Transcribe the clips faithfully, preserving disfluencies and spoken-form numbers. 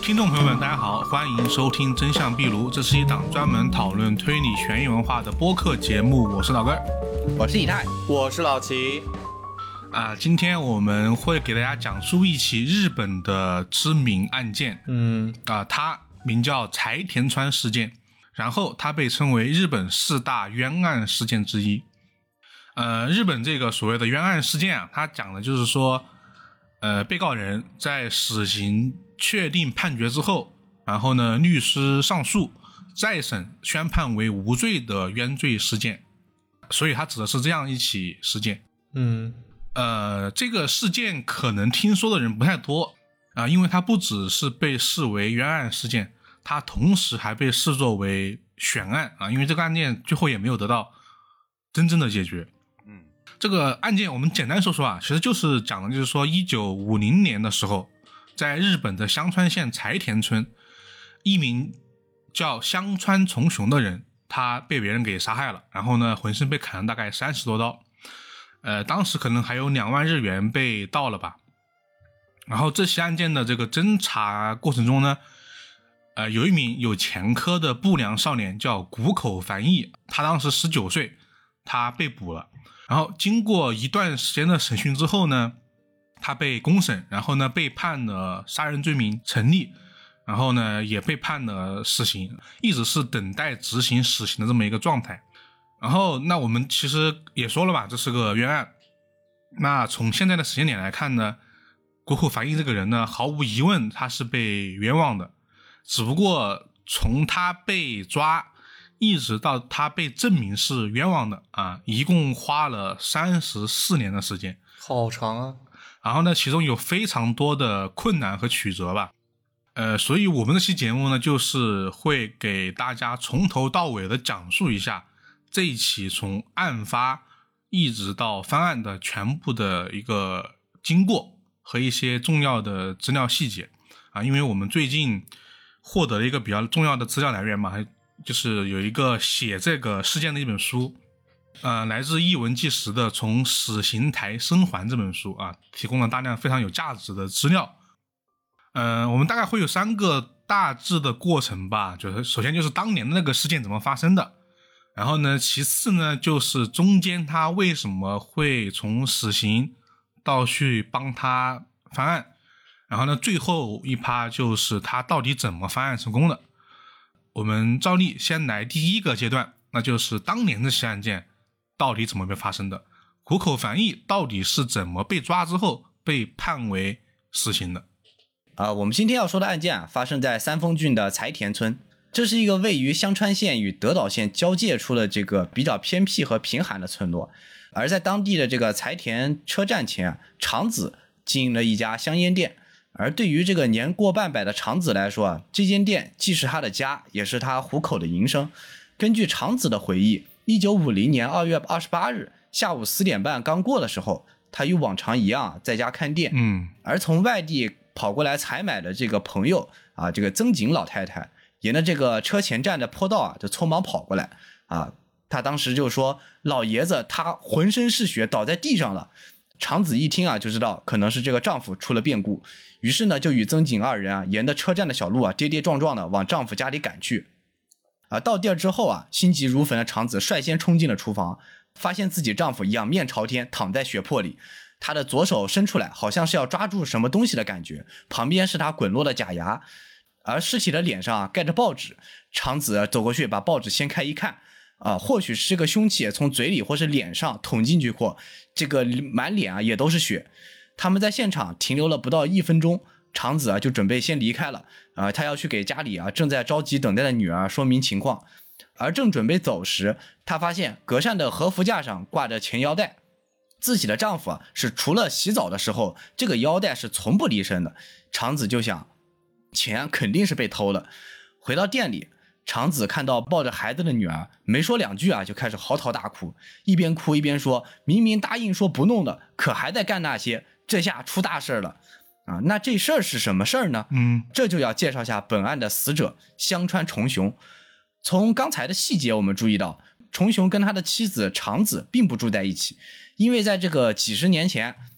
听众朋友们大家好，欢迎收听真相壁炉，这是一档专门讨论推理悬疑文化的播客节目，我是老根， 我是以太， 我是老齐。 啊、呃，今天我们会给大家讲述一起日本的知名案件， 嗯啊、呃，它名叫柴田川事件，然后它被称为日本四大冤案事件之一。呃，日本这个所谓的冤案事件啊，它讲的就是说，呃，被告人在死刑确定判决之后，然后呢，律师上诉，再审宣判为无罪的冤罪事件，所以它指的是这样一起事件。 嗯。 呃，这个事件可能听说的人不太多啊、呃，因为它不只是被视为冤案事件，它同时还被视作为悬案啊，因为这个案件最后也没有得到真正的解决。 嗯， 这个案件我们简单说说啊，其实就是讲的就是说，一九五零年的时候，在日本的香川县柴田村，一名叫香川重雄的人，他被别人给杀害了，然后呢，浑身被砍了大概三十多刀。呃，当时可能还有两万日元被盗了吧。然后这起案件的这个侦查过程中呢，呃，有一名有前科的不良少年叫谷口繁义，他当时十九岁，他被捕了。然后经过一段时间的审讯之后呢，他被公审，然后呢被判了杀人罪名成立，然后呢也被判了死刑，一直是等待执行死刑的这么一个状态。然后那我们其实也说了吧，这是个冤案。那从现在的时间点来看呢，谷口繁义这个人呢，毫无疑问他是被冤枉的，只不过从他被抓一直到他被证明是冤枉的啊，一共花了三十四年的时间， 好长啊。 然后呢，其中有非常多的困难和曲折吧。呃，所以我们这期节目呢，就是会给大家从头到尾的讲述一下这一起从案发一直到翻案的全部的一个经过和一些重要的资料细节啊，因为我们最近获得了一个比较重要的资料来源嘛，就是有一个写这个事件的一本书，呃，来自译文纪实的《从死刑台生还》这本书啊，提供了大量非常有价值的资料。呃，我们大概会有三个大致的过程吧，就是首先就是当年的那个事件怎么发生的。然后呢，其次呢，就是中间他为什么会从死刑到去帮他翻案，然后呢，最后一趴就是他到底怎么翻案成功的。我们照例先来第一个阶段，那就是当年这起案件到底怎么被发生的，谷口繁义到底是怎么被抓之后被判为死刑的。 啊、呃，我们今天要说的案件啊，发生在三丰郡的柴田村。这是一个位于香川县与德岛县交界处的这个比较偏僻和贫寒的村落，而在当地的这个柴田车站前啊，长子经营了一家香烟店。而对于这个年过半百的长子来说啊，这间店既是他的家，也是他糊口的营生。根据长子的回忆，一九五零年二月二十八日下午四点半刚过的时候，他与往常一样在家看店。 嗯， 而从外地跑过来采买的这个朋友啊，这个曾井老太太，沿着这个车前站的坡道啊，就匆忙跑过来啊。他当时就说：“老爷子他浑身是血，倒在地上了。”长子一听啊，就知道可能是这个丈夫出了变故，于是呢，就与曾井二人啊，沿着车站的小路啊，跌跌撞撞的往丈夫家里赶去。啊，到地儿之后啊，心急如焚的长子率先冲进了厨房，发现自己丈夫仰面朝天躺在血泊里，他的左手伸出来，好像是要抓住什么东西的感觉，旁边是他滚落的假牙。而尸体的脸上啊盖着报纸，长子走过去把报纸掀开一看，啊，或许是这个凶器从嘴里或是脸上捅进去过，这个满脸啊也都是血。他们在现场停留了不到一分钟，长子啊就准备先离开了，啊，他要去给家里啊正在着急等待的女儿说明情况。而正准备走时，他发现隔扇的和服架上挂着钱腰带，自己的丈夫啊是除了洗澡的时候，这个腰带是从不离身的。长子就想，钱肯定是被偷了。回到店里，长子看到抱着孩子的女儿，没说两句啊就开始嚎啕大哭，一边哭一边说，明明答应说不弄的，可还在干那些，这下出大事了啊！那这事儿是什么事儿呢？ 嗯， 这就要介绍下本案的死者香川重雄。从刚才的细节我们注意到，重雄跟他的妻子长子并不住在一起，因为在这个几十年前，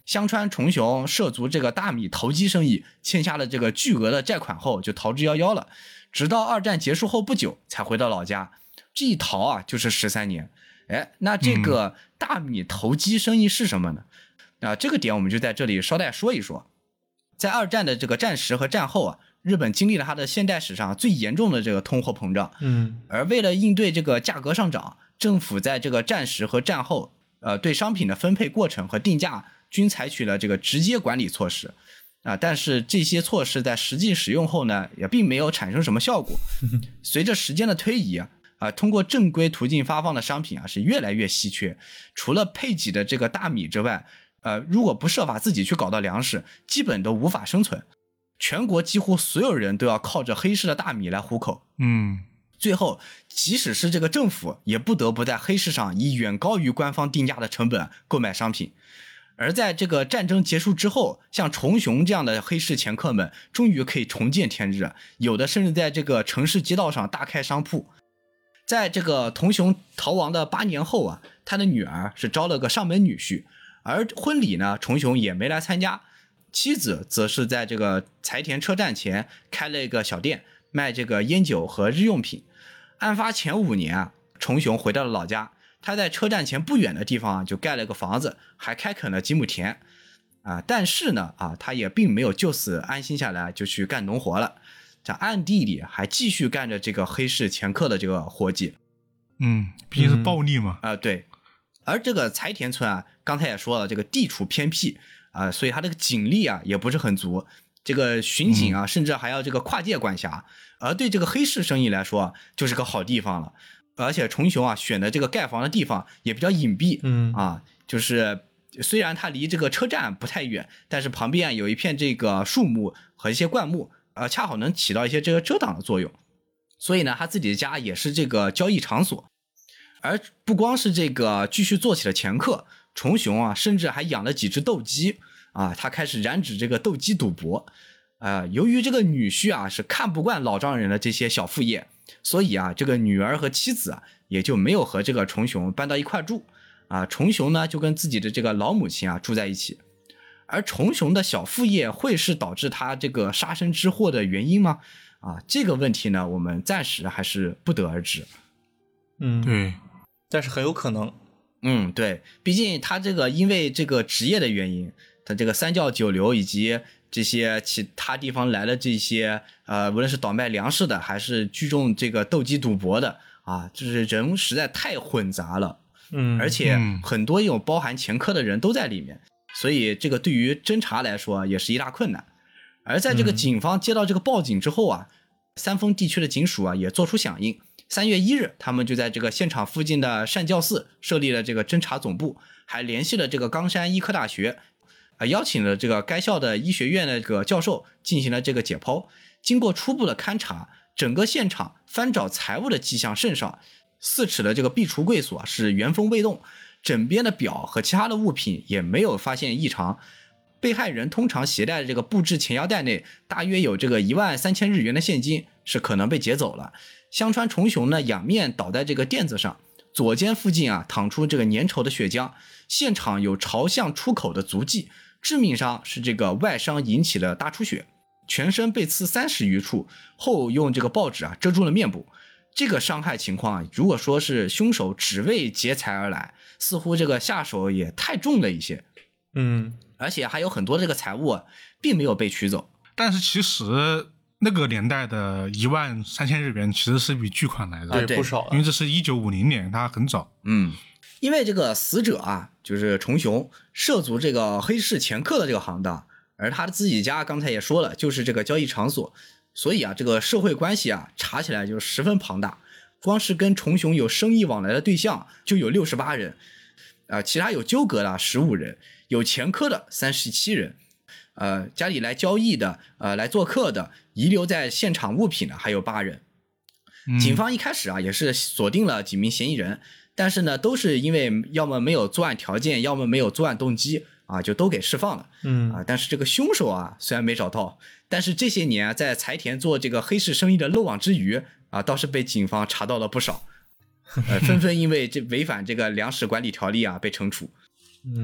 香川重雄涉足这个大米投机生意，欠下了这个巨额的债款后就逃之夭夭了，直到二战结束后不久才回到老家。这一逃啊就是十三年。哎，那这个大米投机生意是什么呢？啊，这个点我们就在这里捎带说一说。在二战的这个战时和战后啊，日本经历了它的现代史上最严重的这个通货膨胀。 嗯， 而为了应对这个价格上涨，政府在这个战时和战后，呃，对商品的分配过程和定价均采取了这个直接管理措施。啊，但是这些措施在实际使用后呢，也并没有产生什么效果。随着时间的推移啊，啊，通过正规途径发放的商品啊是越来越稀缺。除了配给的这个大米之外，呃，如果不设法自己去搞到粮食，基本都无法生存。全国几乎所有人都要靠着黑市的大米来糊口。 嗯， 最后，即使是这个政府，也不得不在黑市上以远高于官方定价的成本购买商品。而在这个战争结束之后，像重雄这样的黑市掮客们终于可以重见天日，有的甚至在这个城市街道上大开商铺。在这个桐雄逃亡的八年后啊，他的女儿是招了个上门女婿，而婚礼呢，重雄也没来参加。妻子则是在这个柴田车站前开了一个小店，卖这个烟酒和日用品。案发前五年啊，重雄回到了老家，他在车站前不远的地方啊就盖了个房子，还开垦了几亩田啊。但是呢啊，他也并没有就此安心下来，就去干农活了。在暗地里还继续干着这个黑市掮客的这个活计。 嗯，毕竟是暴利嘛。 啊、呃，对。而这个柴田村啊，刚才也说了，这个地处偏僻啊、呃，所以它这个警力啊也不是很足。这个巡警啊，嗯、甚至还要这个跨界管辖。而对这个黑市生意来说，就是个好地方了。而且重雄啊选的这个盖房的地方也比较隐蔽， 嗯啊，就是虽然它离这个车站不太远，但是旁边有一片这个树木和一些灌木。呃，恰好能起到一些这个遮挡的作用，所以呢，他自己的家也是这个交易场所。而不光是这个继续做起了掮客，重雄啊，甚至还养了几只斗鸡啊，他开始染指这个斗鸡赌博。呃，由于这个女婿啊是看不惯老丈人的这些小副业，所以啊，这个女儿和妻子啊也就没有和这个重雄搬到一块住啊。重雄呢就跟自己的这个老母亲啊住在一起。而重雄的小副业会是导致他这个杀身之祸的原因吗？啊，这个问题呢，我们暂时还是不得而知。 嗯， 对， 但是很有可能。 嗯，对，毕竟他这个因为这个职业的原因，他这个三教九流以及这些其他地方来的这些呃，无论是倒卖粮食的，还是聚众这个斗鸡赌博的啊，就是人实在太混杂了。 嗯， 而且很多有包含前科的人都在里面。所以这个对于侦查来说也是一大困难。而在这个警方接到这个报警之后啊，嗯、三丰地区的警署啊也做出响应。三月一日，他们就在这个现场附近的善教寺设立了这个侦查总部，还联系了这个冈山医科大学，啊，邀请了这个该校的医学院的这个教授进行了这个解剖。经过初步的勘查，整个现场翻找财物的迹象甚少，四尺的这个壁橱柜锁是原封未动。枕边的表和其他的物品也没有发现异常。被害人通常携带的这个布制钱腰带内大约有这个一万三千日元的现金，是可能被劫走了。香川重雄呢仰面倒在这个垫子上，左肩附近啊淌出这个粘稠的血浆，现场有朝向出口的足迹。致命伤是这个外伤引起了大出血，全身被刺三十余处，后用这个报纸啊遮住了面部。这个伤害情况啊，如果说是凶手只为劫财而来，似乎这个下手也太重了一些。 嗯， 而且还有很多这个财物啊，并没有被取走。 但是其实那个年代的一万三千日元其实是笔巨款来的， 啊、对， 不少了， 因为这是一九五零年，它很早。 嗯，因为这个死者啊，就是重雄涉足这个黑市掮客的这个行当，而他的自己家刚才也说了，就是这个交易场所。所以啊，这个社会关系啊，查起来就十分庞大。光是跟重雄有生意往来的对象就有六十八人，呃，其他有纠葛的十五人，有前科的三十七人，呃，家里来交易的，呃，来做客的，遗留在现场物品的还有八人。 嗯、 警方一开始啊，也是锁定了几名嫌疑人，但是呢，都是因为要么没有作案条件，要么没有作案动机。啊，就都给释放了， 嗯啊，但是这个凶手啊，虽然没找到，但是这些年啊，在柴田做这个黑市生意的漏网之鱼啊，倒是被警方查到了不少，呃，纷纷因为这违反这个粮食管理条例啊被惩处。 嗯，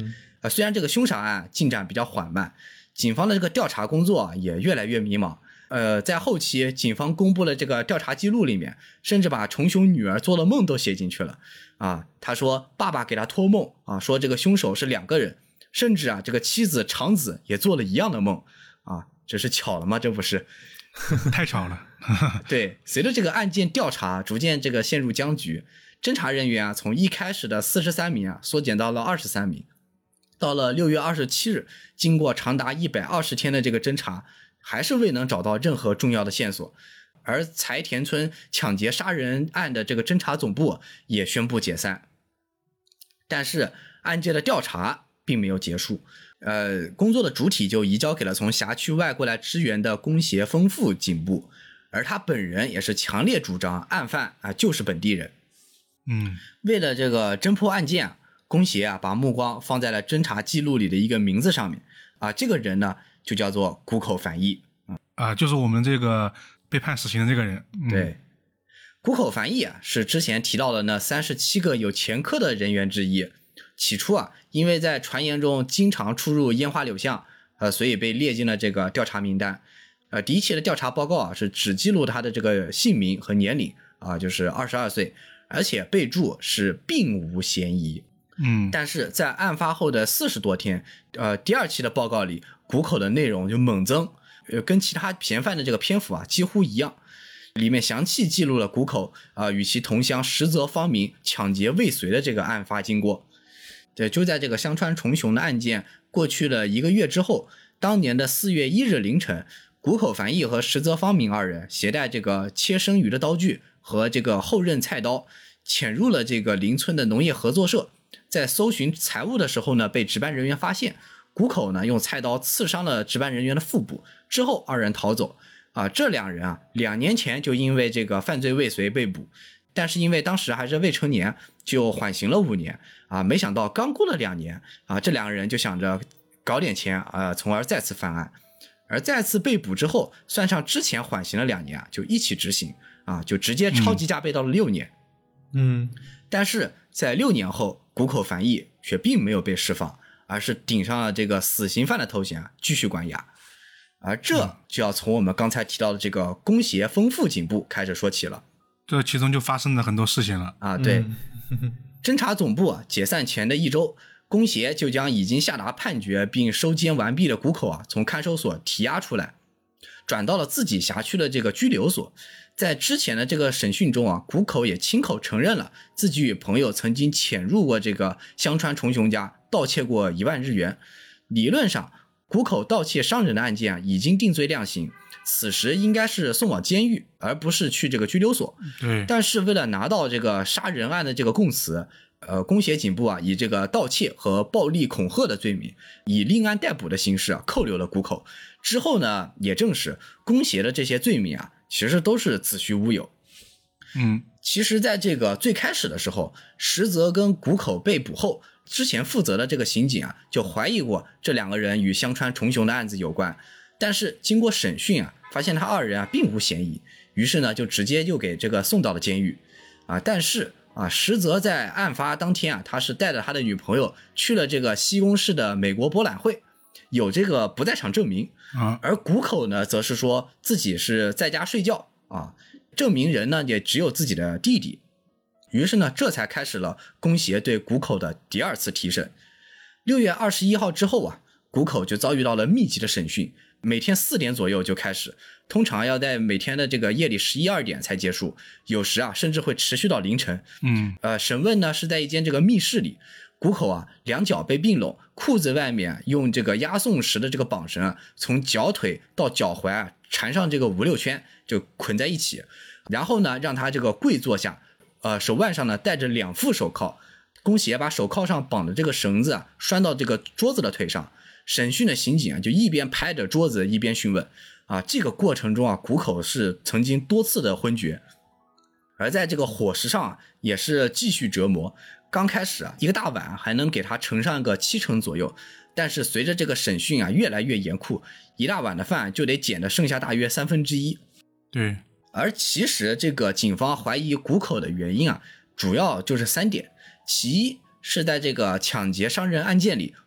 呃，虽然这个凶杀案进展比较缓慢，警方的这个调查工作也越来越迷茫。呃，在后期，警方公布了这个调查记录里面，甚至把重雄女儿做的梦都写进去了。啊，他说爸爸给他托梦啊，说这个凶手是两个人，甚至啊，这个妻子长子也做了一样的梦啊，这是巧了吗？这不是。 太巧了。 对，随着这个案件调查逐渐这个陷入僵局，侦查人员啊从一开始的四十三名啊缩减到了二十三名。到了六月二十七日，经过长达一百二十天的这个侦查，还是未能找到任何重要的线索。而柴田村抢劫杀人案的这个侦查总部也宣布解散。但是案件的调查并没有结束，呃，工作的主体就移交给了从辖区外过来支援的宫胁丰富警部，而他本人也是强烈主张案犯啊就是本地人。 嗯， 为了这个侦破案件啊，宫胁啊把目光放在了侦查记录里的一个名字上面啊，这个人呢就叫做谷口繁义啊， 啊，就是我们这个被判死刑的这个人。嗯、 对，谷口繁义啊是之前提到的那三十七个有前科的人员之一。起初啊，因为在传言中经常出入烟花柳巷，呃，所以被列进了这个调查名单。呃，第一期的调查报告啊是只记录他的这个姓名和年龄啊，就是二十二岁，而且备注是并无嫌疑。 嗯， 但是在案发后的四十多天，呃，第二期的报告里，谷口的内容就猛增，呃，跟其他嫌犯的这个篇幅啊几乎一样。里面详细记录了谷口啊、呃、与其同乡石泽方明抢劫未遂的这个案发经过。对，就在这个香川重雄的案件过去了一个月之后，当年的四月一日凌晨，谷口繁义和石泽方明二人携带这个切生鱼的刀具和这个后刃菜刀，潜入了这个邻村的农业合作社。在搜寻财物的时候呢，被值班人员发现，谷口呢用菜刀刺伤了值班人员的腹部，之后二人逃走。啊，这两人啊，两年前就因为这个犯罪未遂被捕，但是因为当时还是未成年，就缓刑了五年啊。没想到刚过了两年啊，这两个人就想着搞点钱啊，从而再次犯案。而再次被捕之后，算上之前缓刑了两年啊，就一起执行啊，就直接超级加倍到了六年。 嗯， 但是在六年后，谷口繁义却并没有被释放，而是顶上了这个死刑犯的头衔啊，继续关押。而这就要从我们刚才提到的这个宫胁丰富警部开始说起了。 这其中就发生了很多事情了啊，对， 嗯、 侦查总部啊解散前的一周，宫胁就将已经下达判决并收监完毕的谷口啊从看守所提押出来，转到了自己辖区的这个拘留所。在之前的这个审讯中啊，谷口也亲口承认了自己与朋友曾经潜入过这个香川重雄家，盗窃过一万日元。理论上，谷口盗窃伤人的案件啊已经定罪量刑，此时应该是送往监狱，而不是去这个拘留所。 对， 但是为了拿到这个杀人案的这个供词，呃，宫胁警部啊以这个盗窃和暴力恐吓的罪名，以令案逮捕的形式啊扣留了谷口。之后呢，也证实宫胁的这些罪名啊，其实都是子虚乌有。 嗯， 其实在这个最开始的时候，石泽跟谷口被捕后，之前负责的这个刑警啊，就怀疑过这两个人与香川重雄的案子有关，但是经过审讯啊，发现他二人啊并无嫌疑，于是呢就直接就给这个送到了监狱啊。但是啊，石泽在案发当天啊，他是带着他的女朋友去了这个西宫市的美国博览会，有这个不在场证明啊。 而谷口呢，则是说自己是在家睡觉啊，证明人呢也只有自己的弟弟。于是呢，这才开始了宫胁对谷口的第二次提审。六月二十一号之后啊，谷口就遭遇到了密集的审讯，每天四点左右就开始，通常要在每天的这个夜里十一二点才结束，有时啊甚至会持续到凌晨。 嗯， 呃，审问呢是在一间这个密室里，谷口啊两脚被并拢，裤子外面用这个押送时的这个绑绳啊，从脚腿到脚踝啊缠上这个五六圈，就捆在一起，然后呢让他这个跪坐下。呃，手腕上呢戴着两副手铐，宫胁把手铐上绑的这个绳子啊拴到这个桌子的腿上。审讯的刑警啊就一边拍着桌子一边讯问啊。这个过程中啊，谷口是曾经多次的昏厥，而在这个伙食上啊也是继续折磨。刚开始啊一个大碗还能给他盛上个七成左右，但是随着这个审讯啊越来越严酷，一大碗的饭就得减的剩下大约三分之一。 对。 而其实这个警方怀疑谷口的原因啊，主要就是三点。其一是在这个抢劫伤人案件里，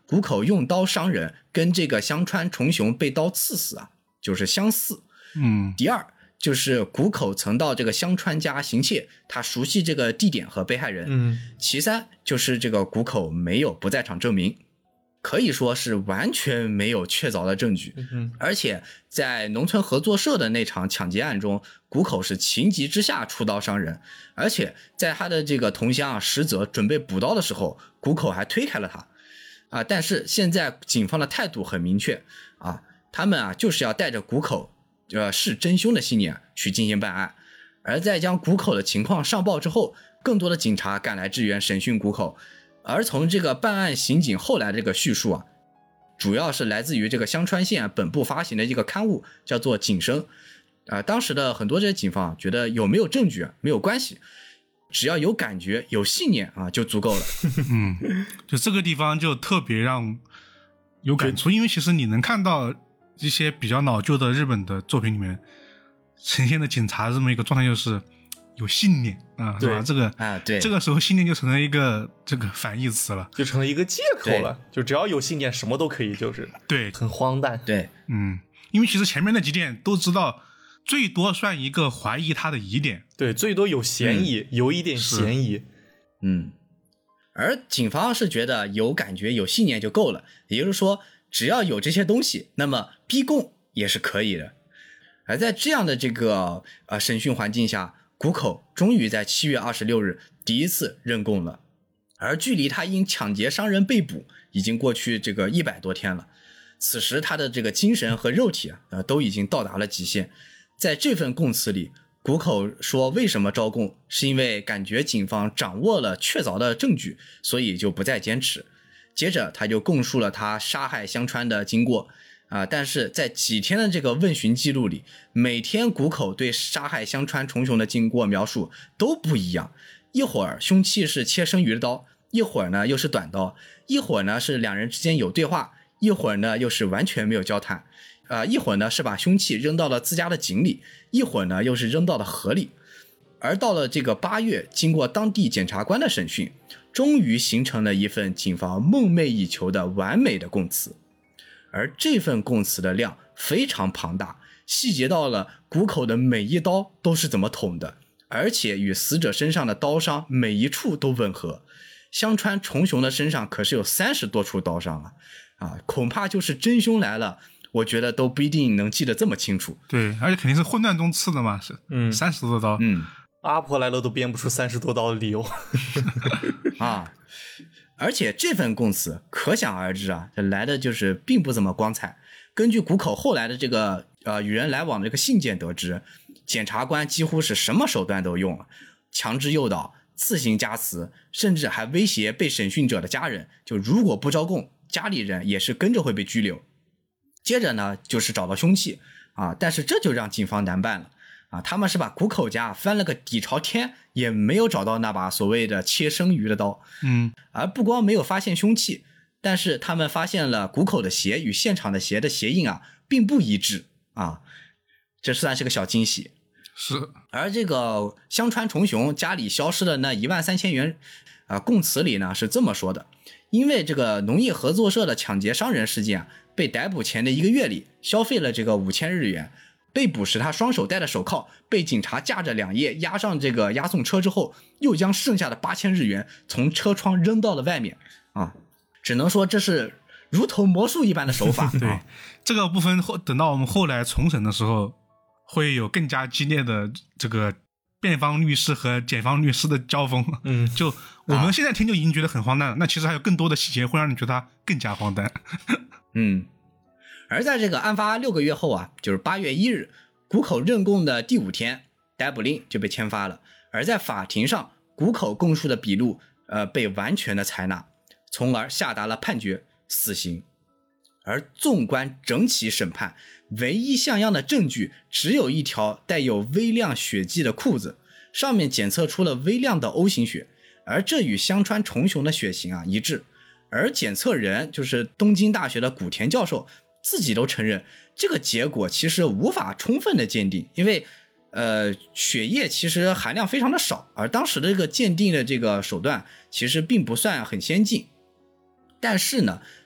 谷口用刀伤人跟这个香川重雄被刀刺死啊，就是相似。 嗯， 第二就是谷口曾到这个香川家行窃，他熟悉这个地点和被害人。 嗯， 其三就是这个谷口没有不在场证明，可以说是完全没有确凿的证据。 嗯， 而且在农村合作社的那场抢劫案中，谷口是情急之下出刀伤人，而且在他的这个同乡啊石泽准备补刀的时候，谷口还推开了他啊。但是现在警方的态度很明确啊，他们啊就是要带着谷口呃是真凶的信念去进行办案。而在将谷口的情况上报之后，更多的警察赶来支援审讯谷口。而从这个办案刑警后来这个叙述啊，主要是来自于这个香川县本部发行的一个刊物，叫做《警声》啊、呃。当时的很多这些警方觉得有没有证据没有关系，只要有感觉、有信念啊就足够了。 嗯，就这个地方就特别让有感触，因为其实你能看到一些比较老旧的日本的作品里面呈现的警察这么一个状态，就是有信念啊，是吧？这个啊，对， 这个时候信念就成了一个这个反义词了， 就成了一个借口了。就只要有信念，什么都可以，就是对， 很荒诞。 对， 嗯，因为其实前面那几点都知道，最多算一个怀疑他的疑点， 对，最多有嫌疑， 嗯、 有一点嫌疑。 嗯，而警方是觉得有感觉、有信念就够了，也就是说，只要有这些东西，那么逼供也是可以的。而在这样的这个呃审讯环境下，谷口终于在七月二十六日第一次认供了，而距离他因抢劫伤人被捕已经过去这个一百多天了。此时他的这个精神和肉体啊、呃、都已经到达了极限。在这份供词里，谷口说为什么招供，是因为感觉警方掌握了确凿的证据，所以就不再坚持。接着他就供述了他杀害香川的经过啊，但是在几天的这个问询记录里，每天谷口对杀害香川重雄的经过描述都不一样。一会儿凶器是切生鱼的刀，一会儿呢又是短刀，一会儿呢是两人之间有对话，一会儿呢又是完全没有交谈。呃，一会儿呢是把凶器扔到了自家的井里，一会儿呢又是扔到了河里。而到了这个八月，经过当地检察官的审讯，终于形成了一份警方梦寐以求的完美的供词。而这份供词的量非常庞大，细节到了谷口的每一刀都是怎么捅的，而且与死者身上的刀伤每一处都吻合。香川重雄的身上可是有三十多处刀伤啊！啊，恐怕就是真凶来了，我觉得都不一定能记得这么清楚。 对，而且肯定是混乱中刺的嘛，是嗯， 三十多刀。 嗯， 阿婆来了都编不出三十多刀的理由啊。而且这份供词可想而知啊，这来的就是并不怎么光彩。根据谷口后来的这个呃与人来往的这个信件得知，检察官几乎是什么手段都用了，强制诱导、自行加词，甚至还威胁被审讯者的家人，就如果不招供，家里人也是跟着会被拘留。接着呢就是找到凶器啊，但是这就让警方难办了啊，他们是把谷口家翻了个底朝天，也没有找到那把所谓的切生鱼的刀。 嗯， 而不光没有发现凶器，但是他们发现了谷口的鞋与现场的鞋的鞋印啊并不一致啊，这算是个小惊喜。 是。 而这个香川重雄家里消失的那一万三千元啊，供词里呢是这么说的：因为这个农业合作社的抢劫伤人事件啊，被逮捕前的一个月里消费了这个五千日元。被捕时他双手戴着手铐，被警察架着两叶押上这个押送车之后，又将剩下的八千日元从车窗扔到了外面啊！只能说这是如同魔术一般的手法。 对、 啊， 这个部分后等到我们后来重审的时候，会有更加激烈的这个辩方律师和检方律师的交锋。 嗯， 就我们现在听就已经觉得很荒诞了，啊、那其实还有更多的细节会让你觉得它更加荒诞。 嗯。而在这个案发六个月后啊，就是八月一日，谷口认供的第五天，逮捕令就被签发了。而在法庭上，谷口供述的笔录，呃，被完全的采纳，从而下达了判决，死刑。而纵观整起审判，唯一像样的证据只有一条带有微量血迹的裤子，上面检测出了微量的 O 型血，而这与香川重雄的血型啊一致。而检测人就是东京大学的古田教授。自己都承认这个结果其实无法充分的鉴定，因为呃血液其实含量非常的少，而当时的这个鉴定的这个手段其实并不算很先进。但是呢，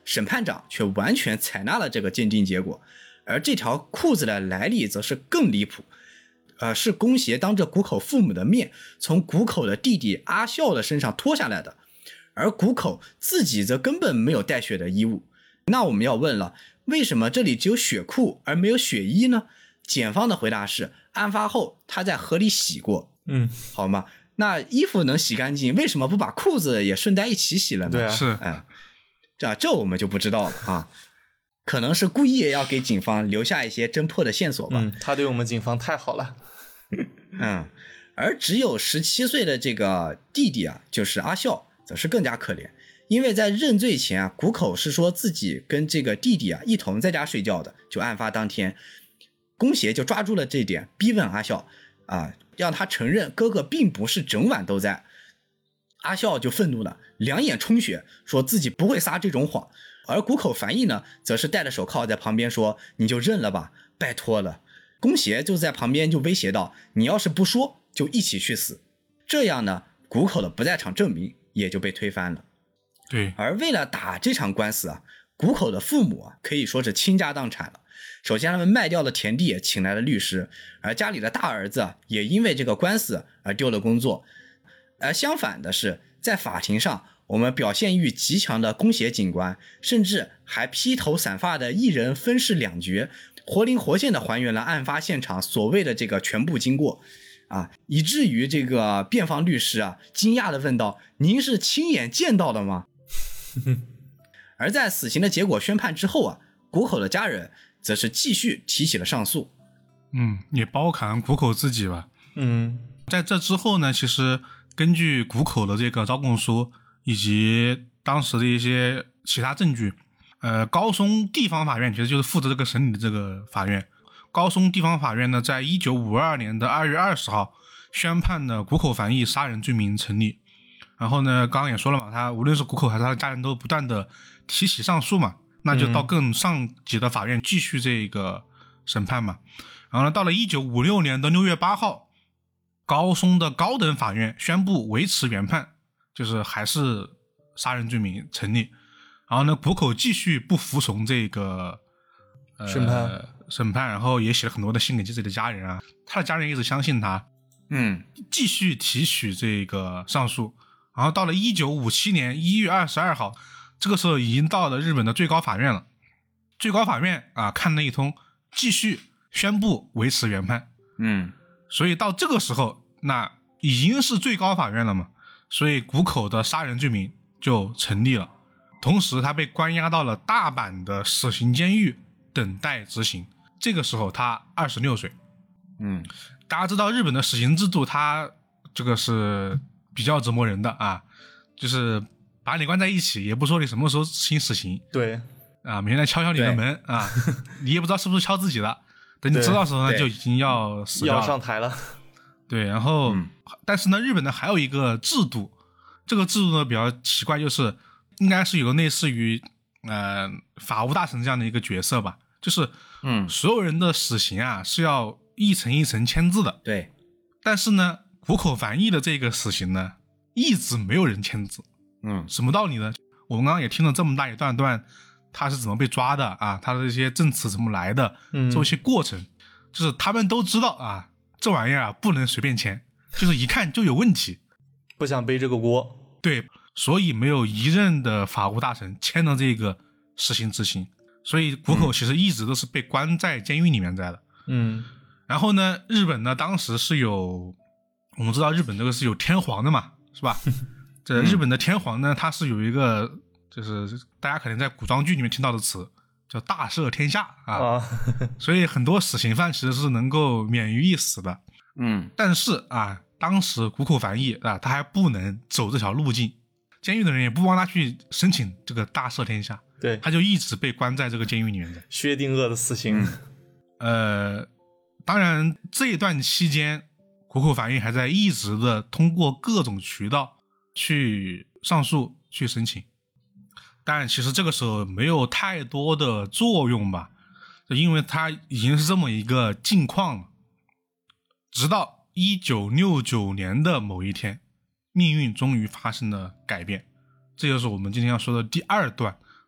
审判长却完全采纳了这个鉴定结果。而这条裤子的来历则是更离谱，呃，是宫协当着谷口父母的面从谷口的弟弟阿孝的身上脱下来的，而谷口自己则根本没有带血的衣物。那我们要问了，为什么这里只有血裤而没有血衣呢？检方的回答是，案发后他在河里洗过。 嗯， 好吗？那衣服能洗干净，为什么不把裤子也顺带一起洗了呢？ 对啊， 是， 哎，这这我们就不知道了啊。可能是故意要给警方留下一些侦破的线索吧。 嗯，他对我们警方太好了。 嗯，而只有十七岁的这个弟弟啊，就是阿孝，则是更加可怜。因为在认罪前啊，谷口是说自己跟这个弟弟啊一同在家睡觉的，就案发当天，宫协就抓住了这一点，逼问阿孝啊，让他承认哥哥并不是整晚都在。阿孝就愤怒了，两眼充血，说自己不会撒这种谎。而谷口繁义呢，则是戴着手铐在旁边说：“你就认了吧，拜托了。”宫协就在旁边就威胁道：“你要是不说，就一起去死。”这样呢，谷口的不在场证明也就被推翻了。 对。 而为了打这场官司啊，谷口的父母啊可以说是倾家荡产了。首先他们卖掉了田地，请来了律师，而家里的大儿子啊也因为这个官司而丢了工作。而相反的是，在法庭上，我们表现欲极强的宫协警官，甚至还披头散发的一人分饰两角，活灵活现的还原了案发现场所谓的这个全部经过啊，以至于这个辩方律师啊惊讶地问道：“您是亲眼见到的吗？”而在死刑的结果宣判之后啊，谷口的家人则是继续提起了上诉。 嗯，也包含谷口自己吧。 嗯， 在这之后呢，其实根据谷口的这个招供书以及当时的一些其他证据，呃，高松地方法院其实就是负责这个审理的这个法院。高松地方法院呢，在一九五二年的二月二十号宣判了谷口繁义杀人罪名成立。然后呢，刚刚也说了嘛，他无论是谷口还是他的家人都不断的提起上诉嘛，那就到更上级的法院继续这个审判嘛。然后呢，到了一九五六年的六月八号，高松的高等法院宣布维持原判，就是还是杀人罪名成立。然后呢，谷口继续不服从这个呃审判审判，然后也写了很多的信给自己的家人啊，他的家人一直相信他， 嗯， 继续提取这个上诉。然后到了一九五七年一月二十二号，这个时候已经到了日本的最高法院了。最高法院啊看了一通，继续宣布维持原判。 嗯， 所以到这个时候，那已经是最高法院了嘛，所以谷口的杀人罪名就成立了。同时他被关押到了大阪的死刑监狱等待执行。这个时候他二十六岁。 嗯， 大家知道日本的死刑制度，它这个是比较折磨人的啊，就是把你关在一起，也不说你什么时候行死刑。 对啊，每天来敲敲你的门啊，你也不知道是不是敲自己的。等你知道的时候呢，就已经要死掉了， 要上台了。 对，然后、嗯、但是呢，日本呢还有一个制度，这个制度呢比较奇怪，就是应该是有个类似于呃法务大臣这样的一个角色吧，就是嗯， 所有人的死刑啊是要一层一层签字的。 对， 但是呢，谷口繁义的这个死刑呢，一直没有人签字。 嗯， 什么道理呢？我们刚刚也听了这么大一段段，他是怎么被抓的啊？他的这些证词怎么来的？ 嗯， 做一些过程，就是他们都知道啊，这玩意儿啊不能随便签，就是一看就有问题， 不想背这个锅。 对，所以没有一任的法务大臣签了这个死刑执行，所以谷口其实一直都是被关在监狱里面在的。 嗯， 然后呢，日本呢当时是有，我们知道日本这个是有天皇的嘛，是吧？这日本的天皇呢，它是有一个，就是大家可能在古装剧里面听到的词，叫大赦天下啊， 啊所以很多死刑犯其实是能够免于一死的。 嗯， 但是啊，当时谷口繁义啊，他还不能走这条路径，监狱的人也不帮他去申请这个大赦天下， 对， 他就一直被关在这个监狱里面的。 薛定谔的死刑。 呃，当然这一段期间，谷口繁义还在一直的通过各种渠道去上诉去申请，但其实这个时候没有太多的作用吧，因为他已经是这么一个境况了。直到一九六九年的某一天，命运终于发生了改变，这就是我们今天要说的第二段。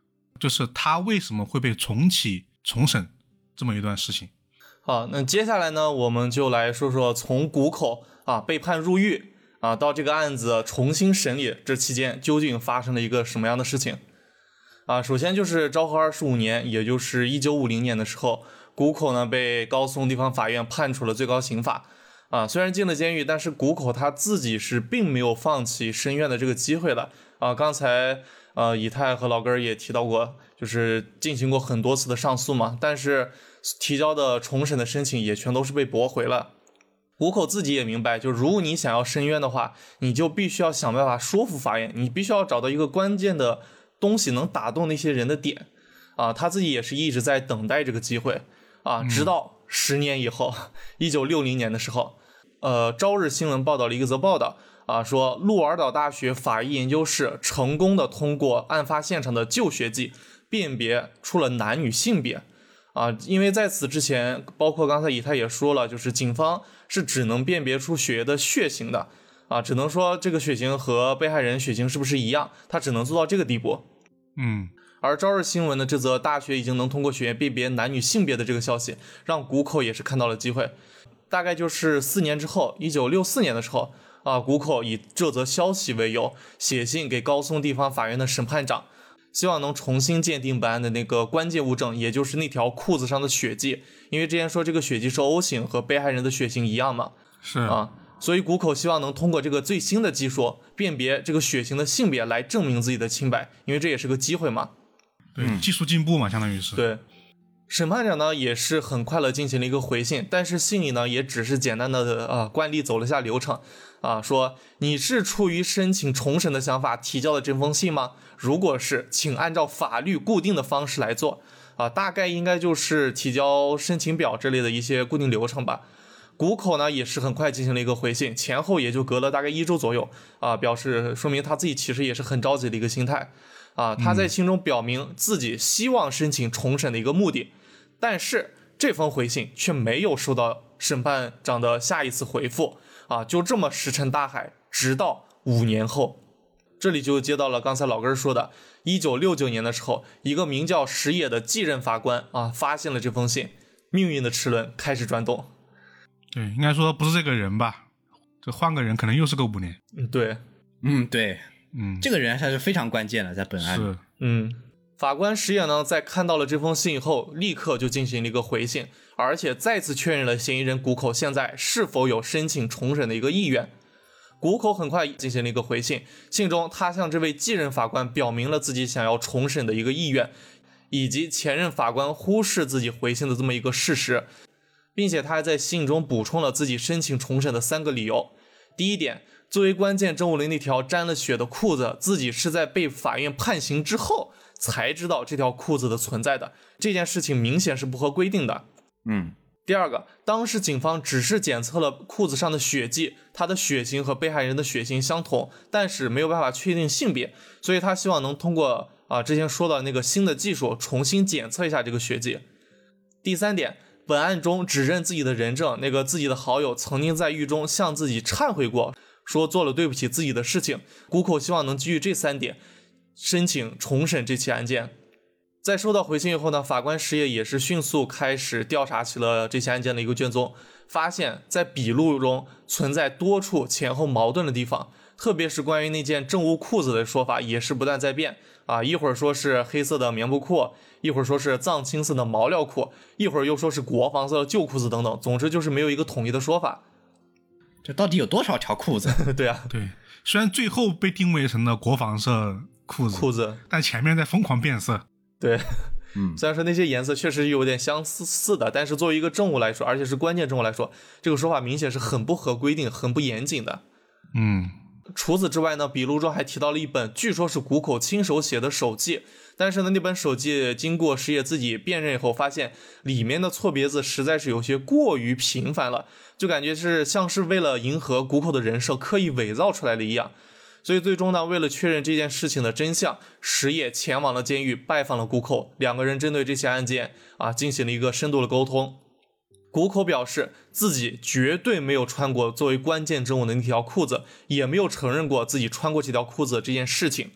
就是他为什么会被重启重审这么一段事情。 好，那接下来呢，我们就来说说从谷口啊被判入狱啊到这个案子重新审理这期间究竟发生了一个什么样的事情啊？首先就是昭和二十五年，也就是一九五零年的时候，谷口呢被高松地方法院判处了最高刑罚啊。虽然进了监狱，但是谷口他自己是并没有放弃申冤的这个机会的啊。刚才呃以太和老根也提到过，就是进行过很多次的上诉嘛，但是提交的重审的申请也全都是被驳回了。谷口自己也明白，就如果你想要申冤的话，你就必须要想办法说服法院，你必须要找到一个关键的东西能打动那些人的点啊。他自己也是一直在等待这个机会啊，直到十年以后，一九六零年的时候，呃，朝日新闻报道了一个则报道啊，说鹿儿岛大学法医研究室成功的通过案发现场的旧血迹辨别出了男女性别。啊，因为在此之前，包括刚才以太也说了，就是警方是只能辨别出血液的血型的，啊，只能说这个血型和被害人血型是不是一样，他只能做到这个地步。 嗯， 而朝日新闻的这则大学已经能通过血液辨别男女性别的这个消息，让谷口也是看到了机会。大概就是四年之后，一九六四年的时候，啊，谷口以这则消息为由，写信给高松地方法院的审判长。希望能重新鉴定本案的那个关键物证，也就是那条裤子上的血迹，因为之前说这个血迹是 O 型，和被害人的血型一样嘛， 是啊，所以谷口希望能通过这个最新的技术辨别这个血型的性别来证明自己的清白，因为这也是个机会嘛。 对，嗯、技术进步嘛，相当于是。 对，审判长呢也是很快的进行了一个回信，但是信里呢也只是简单的啊惯例走了下流程啊，说你是出于申请重审的想法提交的这封信吗？如果是，请按照法律固定的方式来做啊，大概应该就是提交申请表之类的一些固定流程吧。谷口呢也是很快进行了一个回信，前后也就隔了大概一周左右啊，表示说明他自己其实也是很着急的一个心态啊，他在信中表明自己希望申请重审的一个目的，但是这封回信却没有收到审判长的下一次回复啊，就这么石沉大海，直到五年后。这里就接到了刚才老根说的一九六九年的时候，一个名叫石野的继任法官啊发现了这封信，命运的齿轮开始转动。 对，应该说不是这个人吧，这换个人可能又是个五年。 嗯，对， 嗯，对， 嗯， 这个人还是非常关键的，在本案里。 是， 嗯，法官石野呢在看到了这封信以后，立刻就进行了一个回信，而且再次确认了嫌疑人谷口现在是否有申请重审的一个意愿。谷口很快进行了一个回信，信中他向这位继任法官表明了自己想要重审的一个意愿，以及前任法官忽视自己回信的这么一个事实，并且他还在信中补充了自己申请重审的三个理由。第一点，作为关键证物的那条沾了血的裤子，自己是在被法院判刑之后才知道这条裤子的存在的，这件事情明显是不合规定的。 嗯。 第二个，当时警方只是检测了裤子上的血迹，他的血型和被害人的血型相同，但是没有办法确定性别，所以他希望能通过啊之前说到那个新的技术重新检测一下这个血迹。第三点，本案中指认自己的人证那个自己的好友曾经在狱中向自己忏悔过，说做了对不起自己的事情，谷口希望能基于这三点申请重审这起案件。在收到回信以后呢，法官石野也是迅速开始调查起了这起案件的一个卷宗，发现在笔录中存在多处前后矛盾的地方，特别是关于那件证物裤子的说法也是不断在变啊，一会儿说是黑色的棉布裤，一会儿说是藏青色的毛料裤，一会儿又说是国防色的旧裤子等等，总之就是没有一个统一的说法。 这到底有多少条裤子？ 对啊， 对，虽然最后被定位成了国防色裤子， 裤子， 但前面在疯狂变色。 对， 嗯， 虽然说那些颜色确实有点相似的，但是作为一个证物来说，而且是关键证物来说，这个说法明显是很不合规定、很不严谨的。 嗯， 除此之外呢，笔录中还提到了一本据说是谷口亲手写的手记，但是呢，那本手记经过石野自己辨认以后，发现里面的错别字实在是有些过于频繁了，就感觉是像是为了迎合谷口的人设刻意伪造出来的一样。所以最终呢，为了确认这件事情的真相，石野前往了监狱拜访了谷口，两个人针对这起案件啊进行了一个深度的沟通。谷口表示自己绝对没有穿过作为关键证物的那条裤子，也没有承认过自己穿过这条裤子这件事情。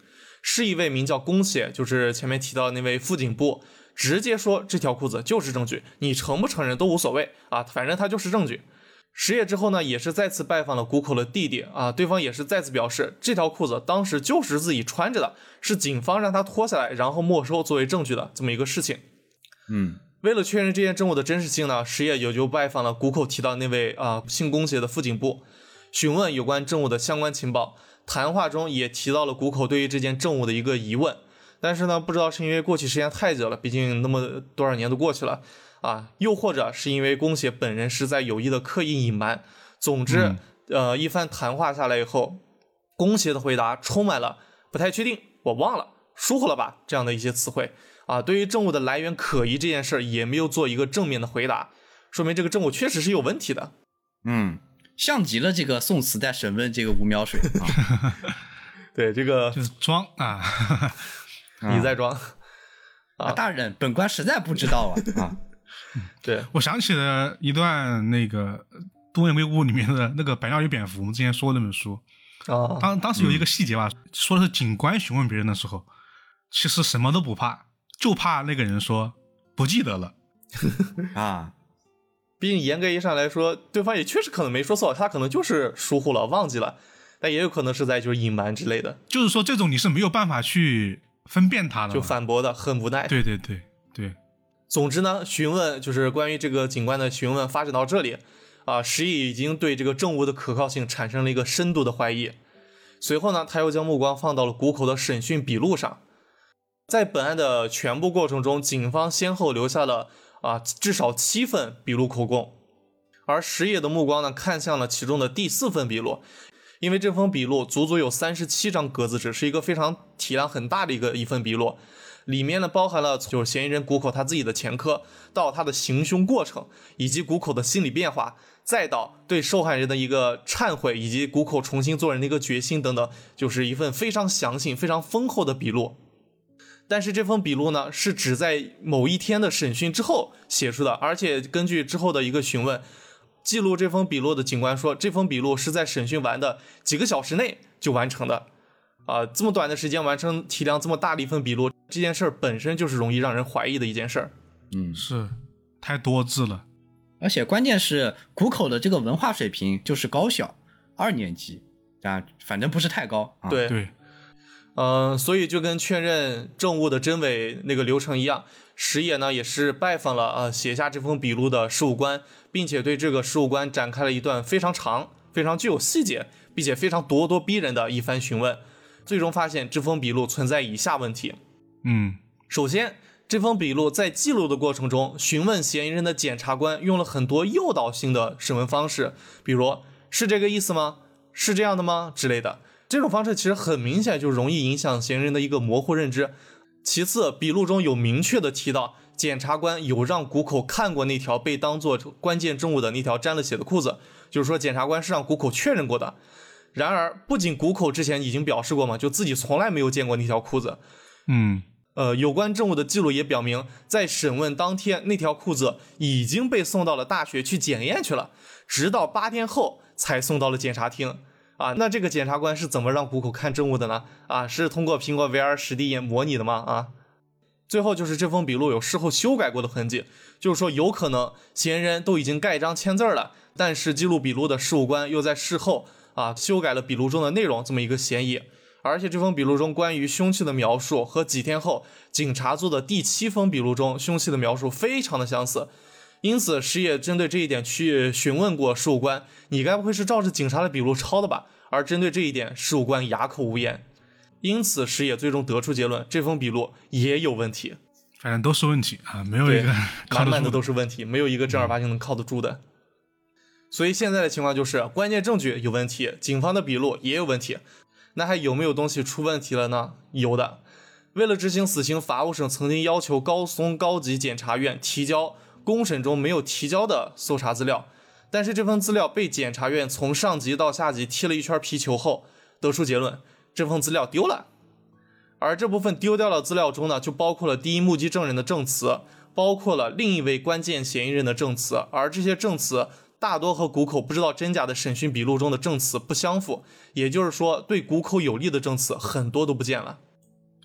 是一位名叫宫胁，就是前面提到的那位副警部，直接说这条裤子就是证据，你承不承认都无所谓啊，反正它就是证据。石野之后呢，也是再次拜访了谷口的弟弟啊，对方也是再次表示这条裤子当时就是自己穿着的，是警方让他脱下来然后没收作为证据的这么一个事情。 嗯， 为了确认这件证物的真实性呢，石野也就拜访了谷口提到那位啊姓宫胁的副警部，询问有关证物的相关情报。谈话中也提到了谷口对于这件证物的一个疑问，但是呢，不知道是因为过去时间太久了，毕竟那么多少年都过去了啊，又或者是因为宫胁本人是在有意的刻意隐瞒。总之、嗯、呃，一番谈话下来以后，宫胁的回答充满了不太确定，我忘了，疏忽了吧这样的一些词汇啊。对于证物的来源可疑这件事也没有做一个正面的回答，说明这个证物确实是有问题的。 嗯，像极了这个宋慈在审问这个吴苗水啊。 对，这个就是装啊， 你在装啊，大人，本官实在不知道啊啊。 对， 我想起了一段那个《东野圭吾》里面的那个《百鸟与蝙蝠》，我们之前说的那本书啊， 当当时有一个细节吧、嗯，说的是警官询问别人的时候，其实什么都不怕，就怕那个人说不记得了啊。 毕竟严格意义上来说，对方也确实可能没说错，他可能就是疏忽了，忘记了。但也有可能是在就是隐瞒之类的， 就是说这种你是没有办法去分辨他的， 就反驳的很无奈。 对对对对。 总之呢，询问就是关于这个警官的询问发展到这里啊，石野已经对这个证物的可靠性产生了一个深度的怀疑。随后呢，他又将目光放到了谷口的审讯笔录上。在本案的全部过程中，警方先后留下了啊至少七份笔录口供，而石野的目光呢看向了其中的第四份笔录。因为这封笔录足足有三十七张格子纸，是一个非常体量很大的一个一份笔录，里面呢包含了就是嫌疑人谷口他自己的前科，到他的行凶过程，以及谷口的心理变化，再到对受害人的一个忏悔，以及谷口重新做人的一个决心等等，就是一份非常详细非常丰厚的笔录。但是这封笔录呢是只在某一天的审讯之后写出的，而且根据之后的一个询问，记录这封笔录的警官说，这封笔录是在审讯完的几个小时内就完成的啊、呃，这么短的时间完成体量这么大的一份笔录，这件事本身就是容易让人怀疑的一件事。 嗯， 是太多字了， 而且关键是谷口的这个文化水平就是高小，二年级啊，反正不是太高。啊、 对对， 嗯、呃，所以就跟确认证物的真伪那个流程一样，石野呢也是拜访了呃写下这封笔录的事务官，并且对这个事务官展开了一段非常长、非常具有细节，并且非常咄咄逼人的一番询问。最终发现这封笔录存在以下问题。 嗯， 首先，这封笔录在记录的过程中，询问嫌疑人的检察官用了很多诱导性的审问方式，比如是这个意思吗？是这样的吗？之类的。这种方式其实很明显就容易影响嫌疑人的一个模糊认知。其次，笔录中有明确的提到，检察官有让谷口看过那条被当作关键证物的那条沾了血的裤子，就是说检察官是让谷口确认过的。然而，不仅谷口之前已经表示过嘛，就自己从来没有见过那条裤子。 嗯， 呃，有关证物的记录也表明，在审问当天，那条裤子已经被送到了大学去检验去了，直到八天后才送到了检察厅。啊，那这个检察官是怎么让谷口看证物的呢？啊，是通过苹果 V R 实地演模拟的吗？啊，最后就是这封笔录有事后修改过的痕迹，就是说有可能嫌疑人都已经盖章签字了，但是记录笔录的事务官又在事后啊修改了笔录中的内容，这么一个嫌疑。而且这封笔录中关于凶器的描述和几天后警察做的第七封笔录中凶器的描述非常的相似，因此石野针对这一点去询问过事务官，你该不会是照着警察的笔录抄的吧？而针对这一点，事务官哑口无言。因此石野最终得出结论，这封笔录也有问题， 反正都是问题啊，没有一个靠得住的， 满满的都是问题，没有一个正儿八经能靠得住的。所以现在的情况就是关键证据有问题，警方的笔录也有问题，那还有没有东西出问题了呢？有的。为了执行死刑，法务省曾经要求高松高级检察院提交公审中没有提交的搜查资料，但是这份资料被检察院从上级到下级踢了一圈皮球后，得出结论，这份资料丢了。而这部分丢掉的资料中呢，就包括了第一目击证人的证词，包括了另一位关键嫌疑人的证词，而这些证词大多和谷口不知道真假的审讯笔录中的证词不相符，也就是说对谷口有利的证词很多都不见了。